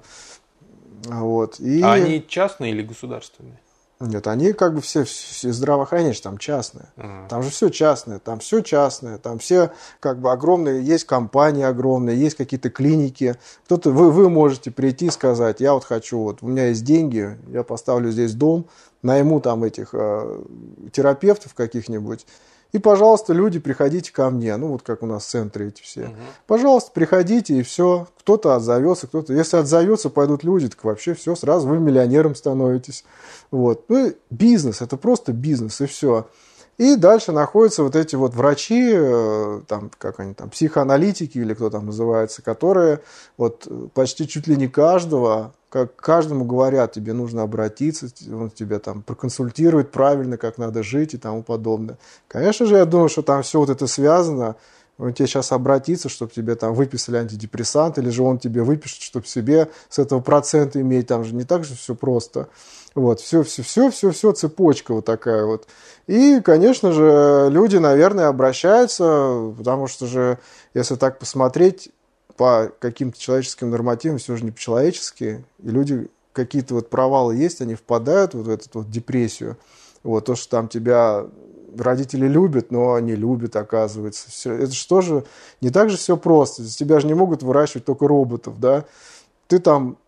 Вот. И... А они частные или государственные? Нет, они как бы все, все здравоохранение там частное. Uh-huh. Там же все частное, там все частное, там все как бы огромные, есть компании огромные, есть какие-то клиники. Кто-то, вы, вы можете прийти и сказать, я вот хочу, вот у меня есть деньги, я поставлю здесь дом, найму там этих э, терапевтов каких-нибудь. И, пожалуйста, люди, приходите ко мне. Ну, вот как у нас в центре эти все. Угу. Пожалуйста, приходите, и все. Кто-то отзовется, кто-то... Если отзовется, пойдут люди, так вообще все, сразу вы миллионером становитесь. Вот. Ну, бизнес, это просто бизнес, и все. И дальше находятся вот эти вот врачи, там, как они там, психоаналитики или кто там называется, которые вот почти чуть ли не каждого, как каждому говорят, тебе нужно обратиться, он тебя там проконсультирует правильно, как надо жить и тому подобное. Конечно же, я думаю, что там все вот это связано. Он тебе сейчас обратится, чтобы тебе там выписали антидепрессант, или же он тебе выпишет, чтобы себе с этого процента иметь. Там же не так же все просто. Вот, все, все, все, все, все, цепочка вот такая вот. И, конечно же, люди, наверное, обращаются, потому что же, если так посмотреть, по каким-то человеческим нормативам, все же не по-человечески, и люди, какие-то вот провалы есть, они впадают вот в эту вот депрессию. Вот, то, что там тебя родители любят, но они любят, оказывается. Все, это же тоже не так же все просто. Тебя же не могут выращивать только роботов, да. Ты там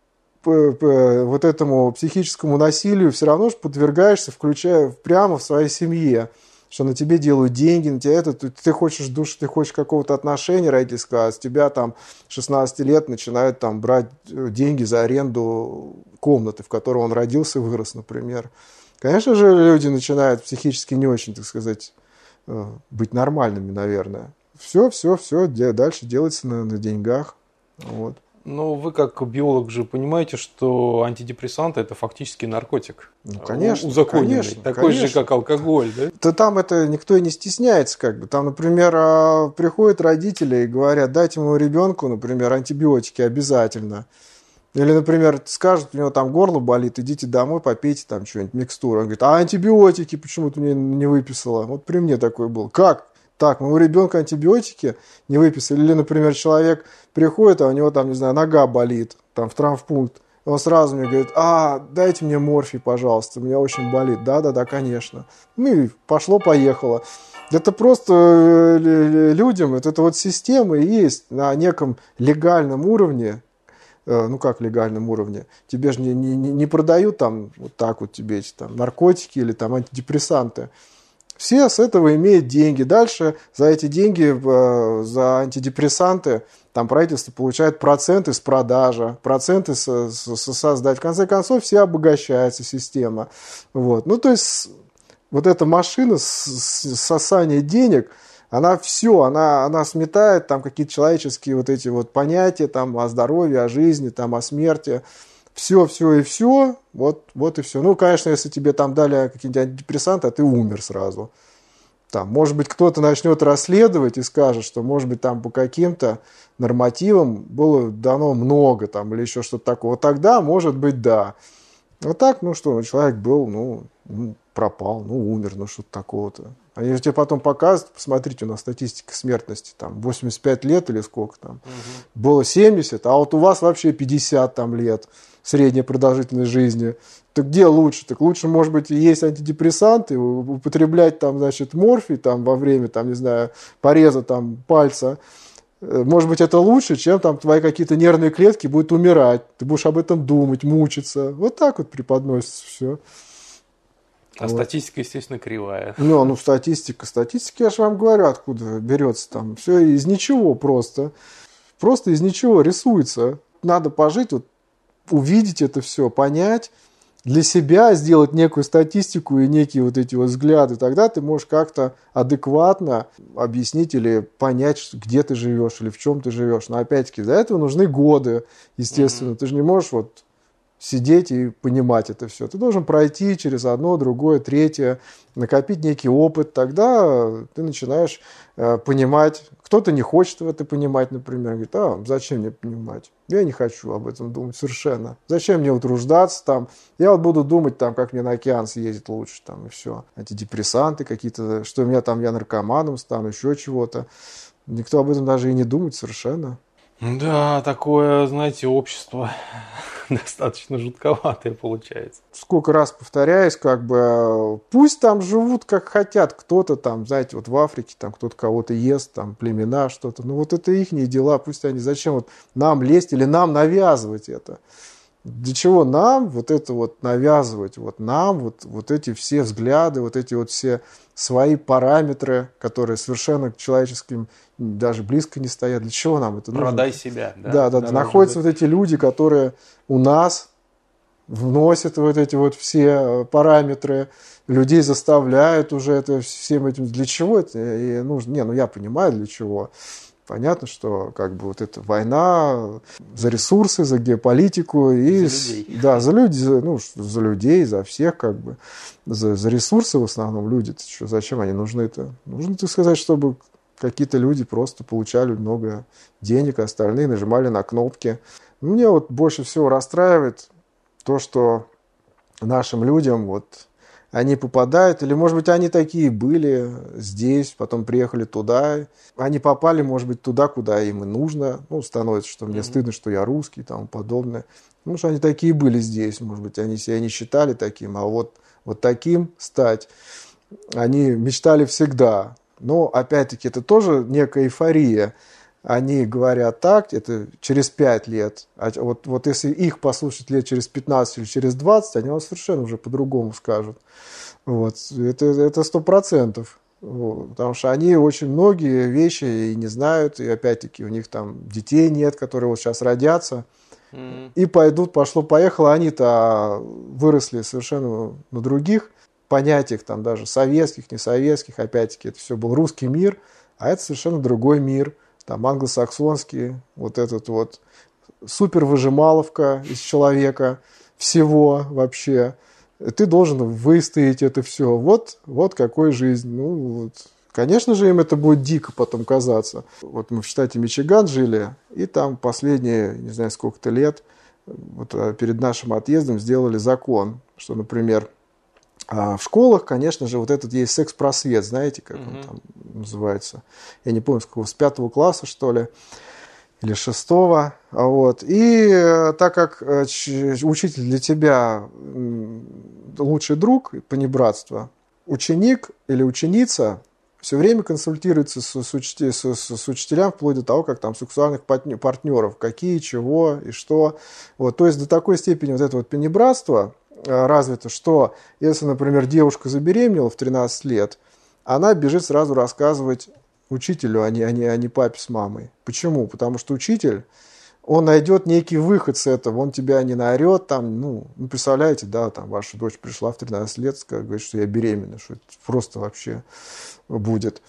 вот этому психическому насилию все равно же подвергаешься, включая прямо в своей семье, что на тебе делают деньги, на тебя это, ты, ты хочешь душ, ты хочешь какого-то отношения родительского, а с тебя там шестнадцать лет начинают там брать деньги за аренду комнаты, в которой он родился и вырос, например. Конечно же, люди начинают психически не очень, так сказать, быть нормальными, наверное. Все, все, все дальше делается на, на деньгах. Вот. Но вы как биолог же понимаете, что антидепрессанты это фактически наркотик. Ну, конечно, узаконенный, конечно, такой конечно. же, как алкоголь, да? То там это никто и не стесняется, как бы. Там, например, приходят родители и говорят, дайте моему ребенку, например, антибиотики обязательно. Или, например, скажут, у него там горло болит, идите домой, попейте там что-нибудь, микстуру. Он говорит, а антибиотики почему ты мне не выписала? Вот при мне такой был. Как? Так, моего ребенка антибиотики не выписали. Или, например, человек приходит, а у него там, не знаю, нога болит, там в травмпункт. Он сразу мне говорит, а, дайте мне морфий, пожалуйста, у меня очень болит. Да-да-да, конечно. Ну и пошло-поехало. Это просто людям, это, это вот система и есть на неком легальном уровне. Ну как легальном уровне? Тебе же не, не, не продают там вот так вот тебе эти там наркотики или там антидепрессанты. Все с этого имеют деньги. Дальше за эти деньги, за антидепрессанты, там правительство получает проценты с продажи, проценты с, с, с создать. В конце концов, все обогащается система. Вот. Ну, то есть, вот эта машина с, с, сосания денег, она все, она, она сметает там какие-то человеческие вот эти вот понятия там, о здоровье, о жизни, там, о смерти. Все, все и все, вот, вот и все. Ну, конечно, если тебе там дали какие-нибудь антидепрессанты, а ты умер сразу. Там, может быть, кто-то начнет расследовать и скажет, что, может быть, там по каким-то нормативам было дано много там, или еще что-то такое. Вот тогда, может быть, да. Вот так, ну что, человек был, ну, пропал, ну, умер, ну, что-то такого-то. Они же тебе потом показывают, посмотрите, у нас статистика смертности, там, восемьдесят пять лет или сколько там, угу. Было семьдесят, а вот у вас вообще пятьдесят там лет, средняя продолжительность жизни. Так где лучше? Так лучше, может быть, есть антидепрессанты, употреблять там, значит, морфий там во время, там, не знаю, пореза там пальца. Может быть, это лучше, чем там твои какие-то нервные клетки будут умирать. Ты будешь об этом думать, мучиться. Вот так вот преподносится все. А вот. Статистика, естественно, кривая. Ну, ну, статистика. Статистика, я же вам говорю, откуда берется там. Все из ничего просто. Просто из ничего рисуется. Надо пожить, вот, увидеть это все, понять, для себя сделать некую статистику и некие вот эти вот взгляды. Тогда ты можешь как-то адекватно объяснить или понять, где ты живешь или в чем ты живешь. Но опять-таки, для этого нужны годы, естественно. Mm-hmm. Ты же не можешь вот сидеть и понимать это все. Ты должен пройти через одно, другое, третье, накопить некий опыт. Тогда ты начинаешь э, понимать. Кто-то не хочет в это понимать, например. Говорит, а зачем мне понимать? Я не хочу об этом думать совершенно. Зачем мне утруждаться там? Я вот буду думать, там, как мне на океан съездить лучше. Там, и все. Антидепрессанты какие-то, что у меня там, я наркоманом стану, еще чего-то. Никто об этом даже и не думает совершенно. Да, такое, знаете, общество достаточно жутковатое получается. Сколько раз повторяюсь, как бы, пусть там живут как хотят, кто-то там, знаете, вот в Африке там кто-то кого-то ест, там племена что-то, ну вот это их дела, пусть они, зачем вот нам лезть или нам навязывать это? Для чего нам вот это вот навязывать, вот нам вот, вот эти все взгляды, вот эти вот все свои параметры, которые совершенно к человеческим даже близко не стоят. Для чего нам это нужно? Продай себя. Да, да, да, да. Находятся вот эти люди, которые у нас вносят вот эти вот все параметры, людей заставляют уже это всем этим. Для чего это и нужно? Не, ну я понимаю, для чего. Понятно, что как бы вот эта война за ресурсы, за геополитику и за людей. Да, за людей, ну за людей, за всех как бы, за, за ресурсы в основном люди. Что, зачем они нужны-то? Нужно, так сказать, чтобы какие-то люди просто получали много денег, а остальные нажимали на кнопки. Меня вот больше всего расстраивает то, что нашим людям вот они попадают, или, может быть, они такие были здесь, потом приехали туда, они попали, может быть, туда, куда им и нужно, ну, становится, что мне mm-hmm. стыдно, что я русский и тому подобное. Ну, что они такие были здесь, может быть, они себя не считали таким, а вот, вот таким стать они мечтали всегда. Но, опять-таки, это тоже некая эйфория. Они говорят так, это через пять лет. А вот, вот если их послушать лет через пятнадцать или через двадцать, они вам совершенно уже по-другому скажут. Вот. Это сто процентов. Вот. Потому что они очень многие вещи и не знают. И опять-таки у них там детей нет, которые вот сейчас родятся. Mm-hmm. И пойдут, пошло-поехало. Они-то выросли совершенно на других понятиях, там даже советских, не советских. Опять-таки это все был русский мир, а это совершенно другой мир. Там англосаксонский, вот этот вот супервыжималовка из человека, всего вообще. Ты должен выстоять это все. Вот, вот какой жизнь. Ну, вот. Конечно же, им это будет дико потом казаться. Вот мы в штате Мичиган жили, и там последние, не знаю, сколько-то лет, вот перед нашим отъездом сделали закон, что, например, а в школах, конечно же, вот этот есть секс-просвет, знаете, как mm-hmm. он там называется. Я не помню, с какого, с пятого класса, что ли, или шестого. Вот. И так как учитель для тебя лучший друг, понебратство, ученик или ученица все время консультируется с, с, учти, с, с, с учителям вплоть до того, как там сексуальных партнеров, какие, чего и что. Вот. То есть до такой степени вот это вот понебратство развито, что если, например, девушка забеременела в тринадцать лет, она бежит сразу рассказывать учителю, а не, а не, а не папе с мамой. Почему? Потому что учитель, он найдет некий выход с этого, он тебя не наорет, там, ну, ну, представляете, да, там, ваша дочь пришла в тринадцать лет, говорит, что я беременна, что это просто вообще будет.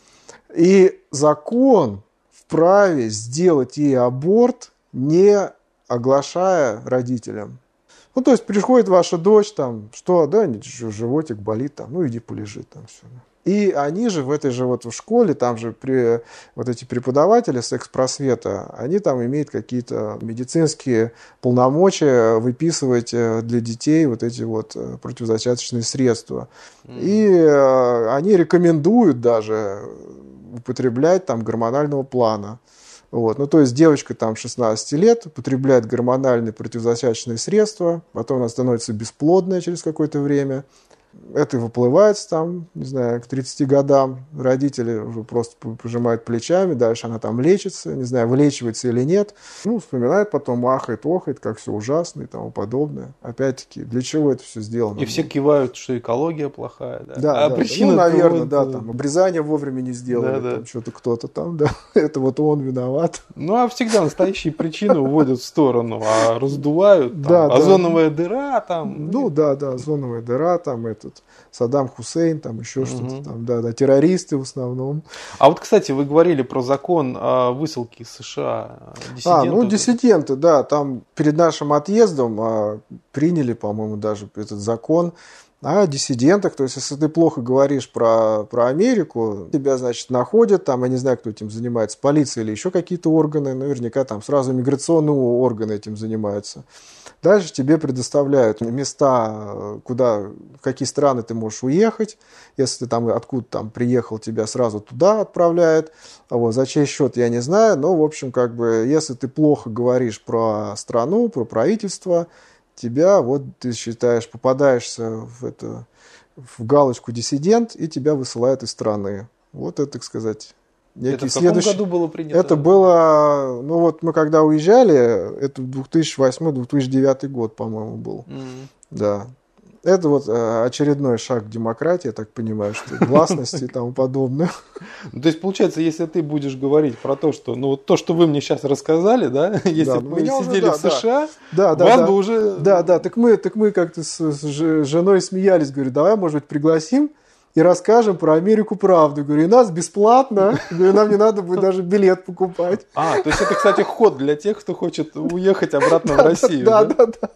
И закон вправе сделать ей аборт, не оглашая родителям. Ну, то есть, приходит ваша дочь, там, что, да, животик болит, там, ну, иди полежи, там, все. И они же в этой же вот в школе, там же при, вот эти преподаватели секс-просвета, они там имеют какие-то медицинские полномочия выписывать для детей вот эти вот противозачаточные средства. Mm. И э, они рекомендуют даже употреблять там гормонального плана. Вот. Ну, то есть девочка там шестнадцать лет употребляет гормональные противозачаточные средства, потом она становится бесплодная через какое-то время. Это выплывает там, не знаю, к тридцати годам. Родители уже просто пожимают плечами, дальше она там лечится, не знаю, вылечивается или нет. Ну, вспоминает потом, ахает, охает, как все ужасно и тому подобное. Опять-таки, для чего это все сделано? И все кивают, что экология плохая, да? Да, а да, причина, ну, наверное, вот, да, там, обрезание вовремя не сделали, да, да. там что-то кто-то там, да, это вот он виноват. Ну, а всегда настоящие причины уводят в сторону, а раздувают, там, да, озоновая да. дыра, там. Ну, да, да, озоновая дыра, там, это этот Саддам Хусейн, там еще угу. что-то там, да, да, террористы в основном. А вот, кстати, вы говорили про закон о высылке из США диссидентов. А, ну, диссиденты, да, там перед нашим отъездом а, приняли, по-моему, даже этот закон о диссидентах. То есть, если ты плохо говоришь про, про Америку, тебя, значит, находят, там, я не знаю, кто этим занимается, полиция или еще какие-то органы, наверняка там сразу миграционные органы этим занимаются. Дальше тебе предоставляют места, куда, в какие страны ты можешь уехать. Если ты там откуда там приехал, тебя сразу туда отправляют. Вот, за чей счет, я не знаю. Но, в общем, как бы, если ты плохо говоришь про страну, про правительство, тебя, вот ты считаешь, попадаешься в, это, в галочку диссидент, и тебя высылают из страны. Вот это, так сказать... Это в каком следующий... году было принято? Это было, ну вот мы когда уезжали, это две тысячи восьмой - две тысячи девятый год, по-моему, был. Mm. Да. Это вот очередной шаг к демократии, я так понимаю, что гласности и тому подобное. То есть, получается, если ты будешь говорить про то, что, ну вот то, что вы мне сейчас рассказали, да, если бы мы сидели в США, вас бы уже... Да, да, так мы, так мы как-то с женой смеялись, говорю, давай, может быть, пригласим и расскажем про Америку правду. Говорю, и нас бесплатно. Говорю, нам не надо будет даже билет покупать. А, то есть это, кстати, ход для тех, кто хочет уехать обратно в Россию. Да, да, да.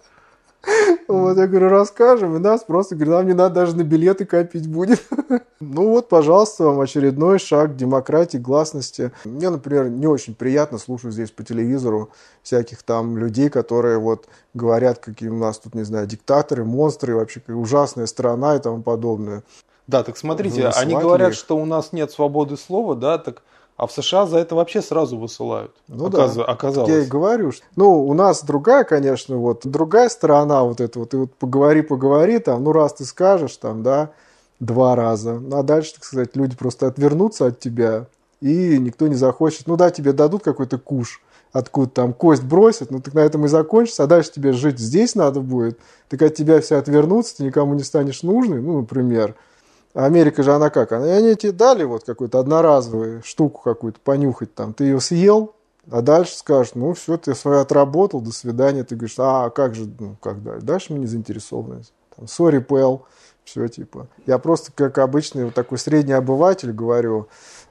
Вот, я говорю, расскажем, и нас просто, говорю, нам не надо даже на билеты копить будет. Ну вот, пожалуйста, вам очередной шаг к демократии, гласности. Мне, например, не очень приятно слушать здесь по телевизору всяких там людей, которые вот говорят, какие у нас тут, не знаю, диктаторы, монстры, вообще ужасная страна и тому подобное. Да, так смотрите, они говорят, что у нас нет свободы слова, да, так, а в США за это вообще сразу высылают. Ну оказ... да, оказалось. Я и говорю, что, ну, у нас другая, конечно, вот, другая сторона вот эта вот, и вот поговори, поговори, там, ну, раз ты скажешь, там, да, два раза, ну, а дальше, так сказать, люди просто отвернутся от тебя, и никто не захочет, ну, да, тебе дадут какой-то куш, откуда там кость бросят, ну, так на этом и закончится, а дальше тебе жить здесь надо будет, так от тебя все отвернутся, ты никому не станешь нужный, ну, например. Америка же она как? Они тебе дали вот какую-то одноразовую штуку какую-то понюхать там. Ты ее съел, а дальше скажешь, ну все, ты свое отработал, до свидания. Ты говоришь, а как же, ну как дальше? Дальше мы не заинтересованы. Там, sorry, пэл. Все типа. Я просто как обычный вот такой средний обыватель говорю,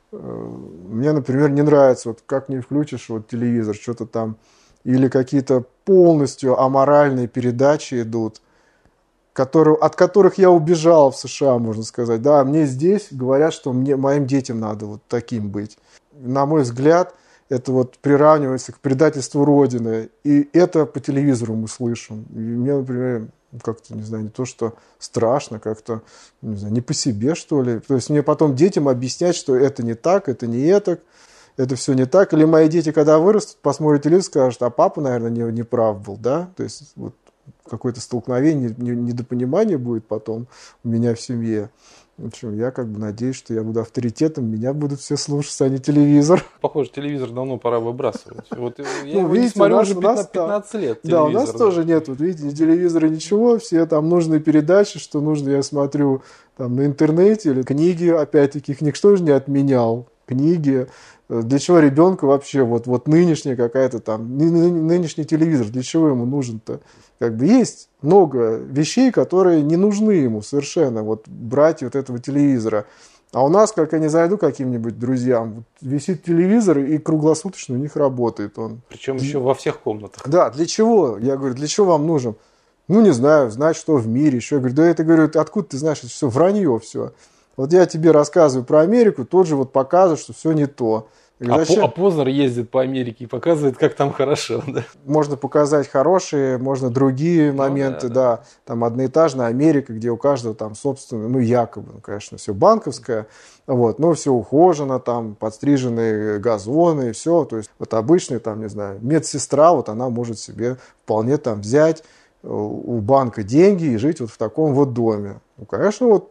мне, например, не нравится, вот как не включишь вот телевизор, что-то там, или какие-то полностью аморальные передачи идут, Которые, от которых я убежал в США, можно сказать. Да, мне здесь говорят, что мне, моим детям надо вот таким быть. На мой взгляд, это вот приравнивается к предательству Родины. И это по телевизору мы слышим. И мне, например, как-то, не знаю, не то, что страшно, как-то, не знаю, не по себе, что ли. То есть мне потом детям объяснять, что это не так, это не это, это все не так. Или мои дети, когда вырастут, посмотрят телевизор, скажут, а папа, наверное, не, не прав был, да? То есть вот какое-то столкновение, недопонимание будет потом у меня в семье. В общем, я как бы надеюсь, что я буду авторитетом, меня будут все слушать, а не телевизор. Похоже, телевизор давно пора выбрасывать. Вот я его не смотрю уже пятнадцать лет. Да, у нас тоже нет, вот видите, ни телевизора, ничего, все там нужные передачи, что нужно, я смотрю там на интернете, или книги, опять-таки, книг что же не отменял? Книги. Для чего ребенку вообще вот, вот нынешняя какая-то там, нынешний телевизор, для чего ему нужен-то? Как бы есть много вещей, которые не нужны ему совершенно, вот брать вот этого телевизора. А у нас, как я не зайду к каким-нибудь друзьям, вот висит телевизор и круглосуточно у них работает он. Причем еще во всех комнатах. Да, для чего? Я говорю, для чего вам нужен? Ну, не знаю, знать, что в мире еще. Я говорю, да это, говорю, откуда ты знаешь, это все вранье все. Вот я тебе рассказываю про Америку, тот же вот показывает, что все не то. А, а Познер ездит по Америке и показывает, как там хорошо. Да? Можно показать хорошие, можно другие ну, моменты, да, да. да. Там одноэтажная Америка, где у каждого там собственно, ну якобы, ну, конечно, все банковское, вот, но все ухожено, там подстриженные газоны и все. То есть вот обычная там, не знаю, медсестра, вот она может себе вполне там взять у банка деньги и жить вот в таком вот доме. Ну, конечно, вот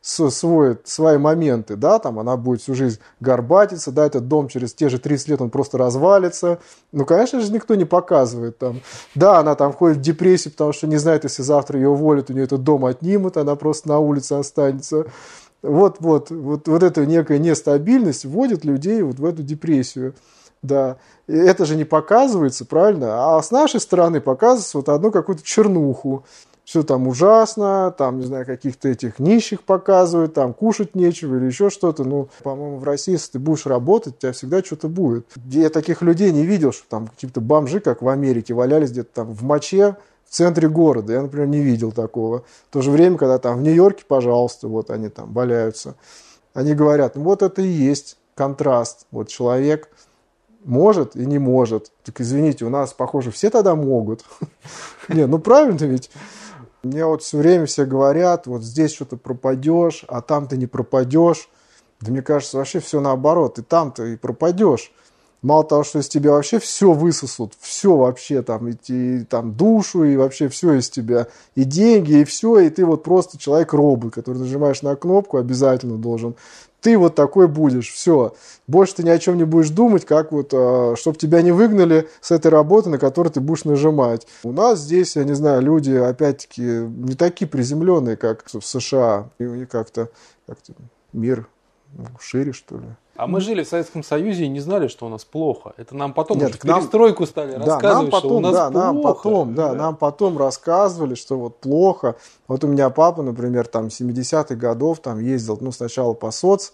свой, свои моменты, да, там она будет всю жизнь горбатиться, да, этот дом через те же тридцать лет он просто развалится. Ну, конечно же, никто не показывает там. Да, она там входит в депрессию, потому что не знает, если завтра ее уволят, у нее этот дом отнимут, она просто на улице останется. Вот, вот, вот, вот эта некая нестабильность вводит людей вот в эту депрессию. Да, и это же не показывается, правильно? А с нашей стороны показывается вот одну какую-то чернуху. все там ужасно, там, не знаю, каких-то этих нищих показывают, там кушать нечего или еще что-то. Ну, по-моему, в России, если ты будешь работать, у тебя всегда что-то будет. Я таких людей не видел, что там какие-то бомжи, как в Америке, валялись где-то там в моче в центре города. Я, например, не видел такого. В то же время, когда там в Нью-Йорке, пожалуйста, вот они там валяются, они говорят, ну вот это и есть контраст. Вот человек может и не может. Так извините, у нас, похоже, все тогда могут. Не, ну правильно ведь. Мне вот все время все говорят, вот здесь что-то пропадешь, а там ты не пропадешь. Да мне кажется, вообще все наоборот. И там-то и пропадешь. Мало того, что из тебя вообще все высосут, все вообще, там, и, и там душу, и вообще все из тебя, и деньги, и все, и ты вот просто человек-робот, который нажимаешь на кнопку, обязательно должен. Ты вот такой будешь, все. Больше ты ни о чем не будешь думать, как вот, чтобы тебя не выгнали с этой работы, на которой ты будешь нажимать. У нас здесь, я не знаю, люди, опять-таки, не такие приземленные, как в США, и как-то, как-то мир шире, что ли. А мы жили в Советском Союзе и не знали, что у нас плохо. Это нам потом Нет, уже в нам, перестройку стали да, рассказывать, нам потом, что у нас да, плохо. Нам потом, да, да, нам потом рассказывали, что вот плохо. Вот у меня папа, например, там семидесятых годов там ездил, ну, сначала по соц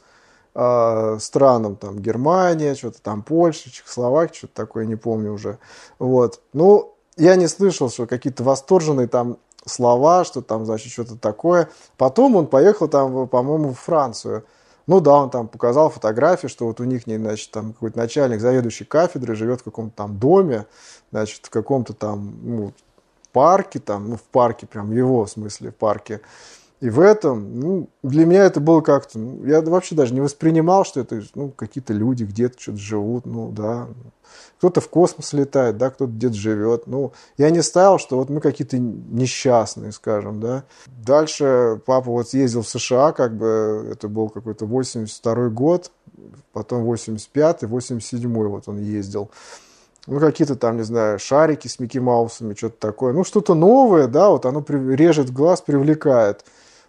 э, странам, там, Германия, что-то там Польша, Чехословакия, что-то такое, не помню уже. Вот. Ну, я не слышал, что какие-то восторженные там слова, что там, значит, что-то такое. Потом он поехал там, по-моему, в Францию. Ну да, он там показал фотографии, что вот у них, значит, там какой-то начальник заведующий кафедры живет в каком-то там доме, значит, в каком-то там, ну, парке, там, ну, в парке, прям его, в смысле, в парке. И в этом, ну, для меня это было как-то, ну, я вообще даже не воспринимал, что это, ну, какие-то люди где-то что-то живут, ну, да. Кто-то в космос летает, да, кто-то где-то живет. Ну, я не ставил, что вот мы какие-то несчастные, скажем, да. Дальше папа вот ездил в США, как бы, это был какой-то восемьдесят второй год, потом восемьдесят пятый, восемьдесят седьмой вот он ездил. Ну, какие-то там, не знаю, шарики с Микки Маусами, что-то такое. Ну, что-то новое, да, вот оно режет глаз, привлекает.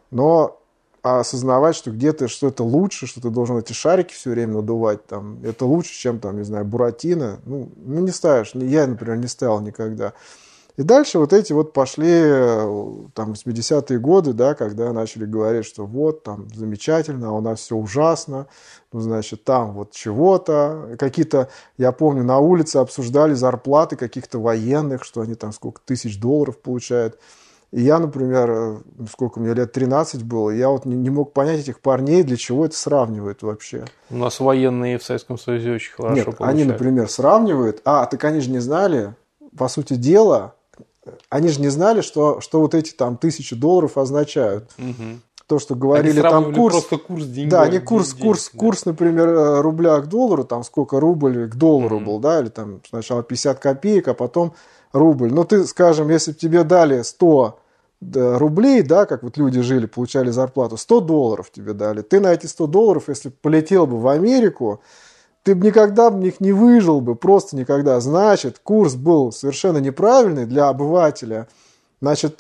Но осознавать, что где-то что-то лучше, что ты должен эти шарики все время надувать, там, это лучше, чем, там, не знаю, Буратино. Ну, ну не ставишь. Я, например, не ставил никогда. И дальше вот эти вот пошли, там, восьмидесятые годы, да, когда начали говорить, что вот, там, замечательно, а у нас все ужасно, ну, значит, там вот чего-то. Какие-то, я помню, на улице обсуждали зарплаты каких-то военных, что они там сколько тысяч долларов получают. И я, например, сколько мне лет, тринадцать было, я вот не, не мог понять этих парней, для чего это сравнивают вообще. У нас военные в Советском Союзе очень хорошо Нет, получают. они, например, сравнивают, а, так они же не знали, по сути дела, они же не знали, что, что вот эти там тысячи долларов означают. Угу. То, что говорили там курс. Просто курс денег. Да, не курс, денег, курс, да. курс, например, рубля к доллару, там сколько рубль к доллару Mm-hmm. был, да, или там сначала пятьдесят копеек, а потом рубль. Но ты, скажем, если бы тебе дали сто рублей, да, как вот люди жили, получали зарплату, сто долларов тебе дали. Ты на эти сто долларов, если полетел бы в Америку, ты бы никогда бы них не выжил бы, просто никогда. Значит, курс был совершенно неправильный для обывателя. Значит,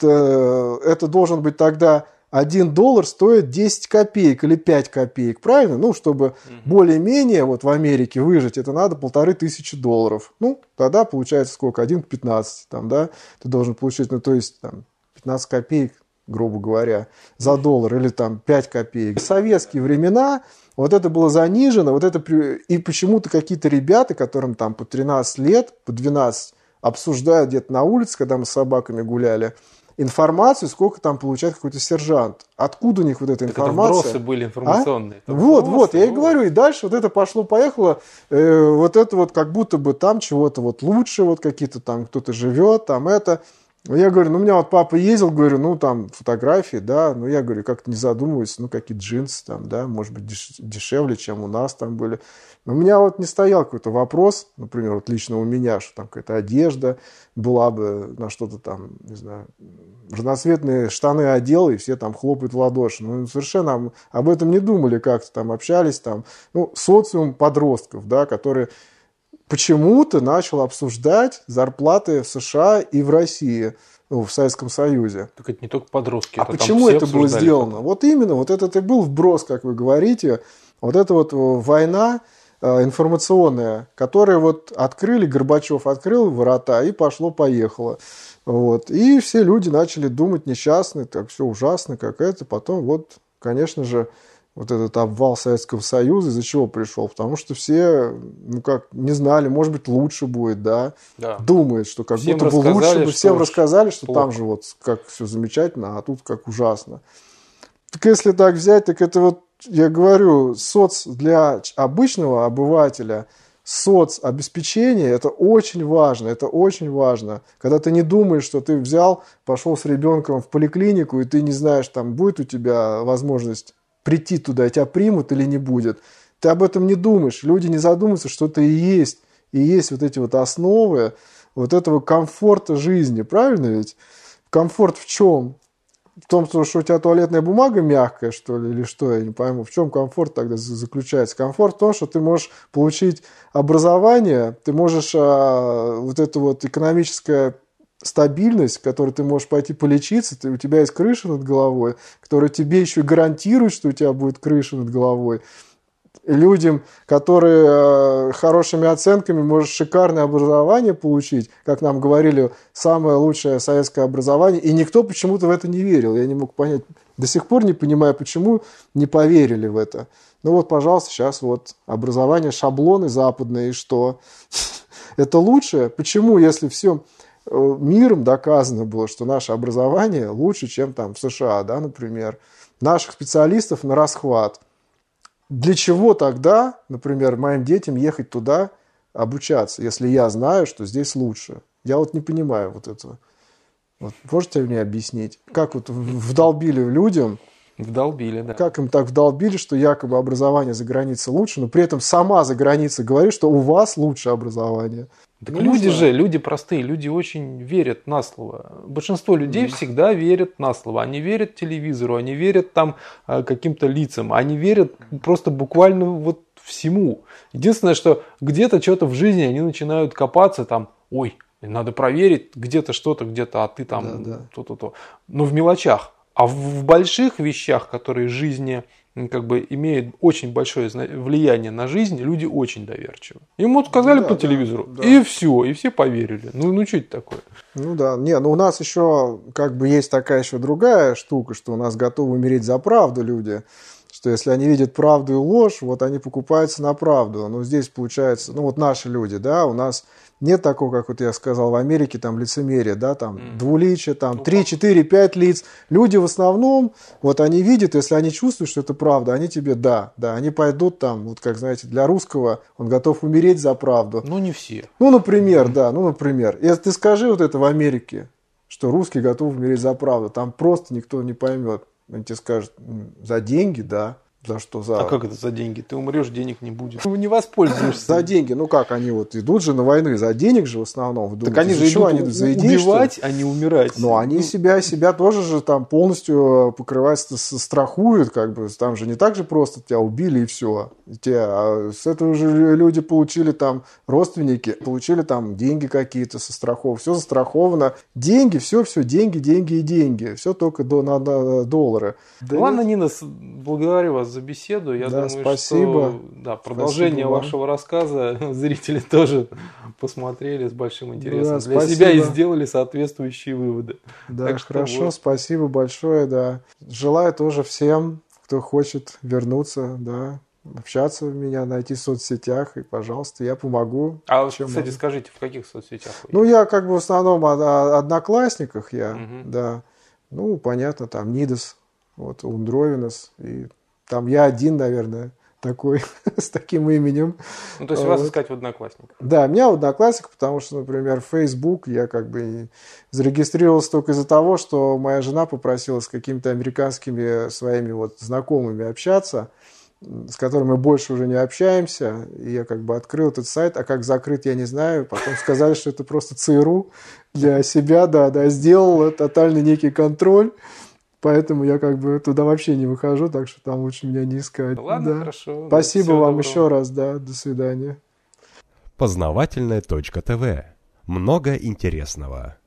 это должен быть тогда один доллар стоит десять копеек или пять копеек, правильно? Ну, чтобы угу. более-менее вот в Америке выжить, это надо полторы тысячи долларов. Ну, тогда получается сколько? один к пятнадцати, там, да? Ты должен получить, ну, то есть, там, пятнадцать копеек, грубо говоря, за доллар, или там пять копеек. В советские времена вот это было занижено, вот это, и почему-то какие-то ребята, которым там по тринадцать лет, по двенадцать, обсуждают где-то на улице, когда мы с собаками гуляли, информацию, сколько там получает какой-то сержант. Откуда у них вот эта информация? Это вбросы были информационные. А? Вот, вбросы, вот, я и вот. говорю, и дальше вот это пошло-поехало, э, вот это вот как будто бы там чего-то вот лучше, вот какие-то там кто-то живет, там это. Я говорю, ну, у меня вот папа ездил, говорю, ну, там фотографии, да, ну, я говорю, как-то не задумываюсь, ну, какие джинсы там, да, может быть, деш- дешевле, чем у нас там были. Но у меня вот не стоял какой-то вопрос, например, вот лично у меня, что там какая-то одежда была бы на что-то там, не знаю, разноцветные штаны одел, и все там хлопают в ладоши. Ну, совершенно об этом не думали, как-то там общались, там, ну, социум подростков, да, которые почему-то начал обсуждать зарплаты в США и в России, ну, в Советском Союзе. Так это не только подростки. А это почему это было сделано? Потом. Вот именно, вот этот и был вброс, как вы говорите, вот эта вот война, информационное, которое вот открыли, Горбачев открыл ворота и пошло-поехало. Вот. И все люди начали думать несчастно, так все ужасно, как это. Потом вот, конечно же, вот этот обвал Советского Союза из-за чего пришел? Потому что все, ну как, не знали, может быть, лучше будет, да? Да. Думают, что как Всем будто бы лучше бы. Всем рассказали, что плохо. Там же вот как все замечательно, а тут как ужасно. Так если так взять, так это вот, я говорю, соц для обычного обывателя, соцобеспечение, это очень важно, это очень важно. Когда ты не думаешь, что ты взял, пошел с ребенком в поликлинику, и ты не знаешь, там будет у тебя возможность прийти туда, тебя примут или не будет. Ты об этом не думаешь. Люди не задумываются, что это и есть. И есть вот эти вот основы вот этого комфорта жизни. Правильно ведь? Комфорт в чем? В том, что у тебя туалетная бумага мягкая, что ли, или что, я не пойму. В чем комфорт тогда заключается? Комфорт в том, что ты можешь получить образование, ты можешь а, вот эту вот экономическое стабильность, в которой ты можешь пойти полечиться, ты, у тебя есть крыша над головой, которая тебе еще и гарантирует, что у тебя будет крыша над головой. Людям, которые э, хорошими оценками, можешь шикарное образование получить, как нам говорили, самое лучшее советское образование, и никто почему-то в это не верил. Я не мог понять, до сих пор не понимаю, почему не поверили в это. Ну вот, пожалуйста, сейчас вот образование, шаблоны западные, и что? Это лучше? Почему, если все миром доказано было, что наше образование лучше, чем там в США, да, например, наших специалистов на расхват. Для чего тогда, например, моим детям ехать туда обучаться, если я знаю, что здесь лучше? Я вот не понимаю вот этого. Вот, можете мне объяснить? Как вот вдолбили людям, Вдолбили, да. Как им так вдолбили, что якобы образование за границей лучше, но при этом сама за границей говорит, что у вас лучше образование. Так люди же, люди простые, люди очень верят на слово. Большинство людей mm. всегда верят на слово. Они верят телевизору, они верят там каким-то лицам, они верят просто буквально вот всему. Единственное, что где-то что-то в жизни они начинают копаться там, ой, надо проверить где-то что-то, где-то, а ты там да, да. то-то-то. Но в мелочах. А в больших вещах, которые в жизни как бы имеют очень большое влияние на жизнь, люди очень доверчивы. Ему сказали да, по телевизору, да, да. и все, и все поверили. Ну, ну что это такое? Ну да, не, ну у нас еще как бы есть такая еще другая штука, что у нас готовы умереть за правду люди. Что если они видят правду и ложь, вот они покупаются на правду. Но здесь получается, ну вот наши люди, да, у нас нет такого, как вот я сказал, в Америке там лицемерие, да, там mm. двуличие, там три, четыре, пять лиц. Люди в основном, вот они видят, если они чувствуют, что это правда, они тебе да, да, они пойдут там, вот как, знаете, для русского он готов умереть за правду. Ну не все. Ну, например, mm. да, ну, например. Если ты скажи вот это в Америке, что русский готов умереть за правду, там просто никто не поймет. Он тебе скажет, за деньги, да. За что? За... А как это за деньги? Ты умрешь, денег не будет. Ну, не воспользуешься. За деньги. Ну как они вот идут же на войну за денег же в основном. Вы так они же идут они, за идеи, убивать, а не умирать. Ну они ну... себя, себя тоже же там полностью покрываются, страхуют. Как бы. Там же не так же просто тебя убили и все. Тебя, а с этого же люди получили там родственники, получили там деньги какие-то со страхов. Все застраховано. Деньги, все, все, деньги, деньги и деньги. Все только до, на, на доллары. Да ладно, нет. Нина, благодарю вас за беседу. Я да, думаю, спасибо. что да, продолжение спасибо вашего рассказа зрители тоже посмотрели с большим интересом. Да, для себя и сделали соответствующие выводы. Да, так что хорошо, вот. Спасибо большое. Да. Желаю тоже всем, кто хочет вернуться, да, общаться в меня, найти в соцсетях, и, пожалуйста, я помогу. А, кстати, могу. Скажите, в каких соцсетях вы? Ну, я как бы в основном о одноклассниках, я, угу. да. Ну, понятно, там Нидас, вот, Ундровинас, и там я один, наверное, такой, с таким именем. Ну, то есть вас вот. Искать в Одноклассниках? Да, меня в Одноклассниках, потому что, например, Facebook я как бы зарегистрировался только из-за того, что моя жена попросила с какими-то американскими своими вот знакомыми общаться, с которыми мы больше уже не общаемся, и я как бы открыл этот сайт, а как закрыть, я не знаю, потом сказали, что это просто ЦРУ для себя, да, да, сделал тотальный некий контроль. Поэтому я как бы туда вообще не выхожу, так что там лучше меня не искать. Ладно, да. хорошо. Спасибо вам доброго. Еще раз, да, до свидания. Познавательная точка ТВ. Много интересного.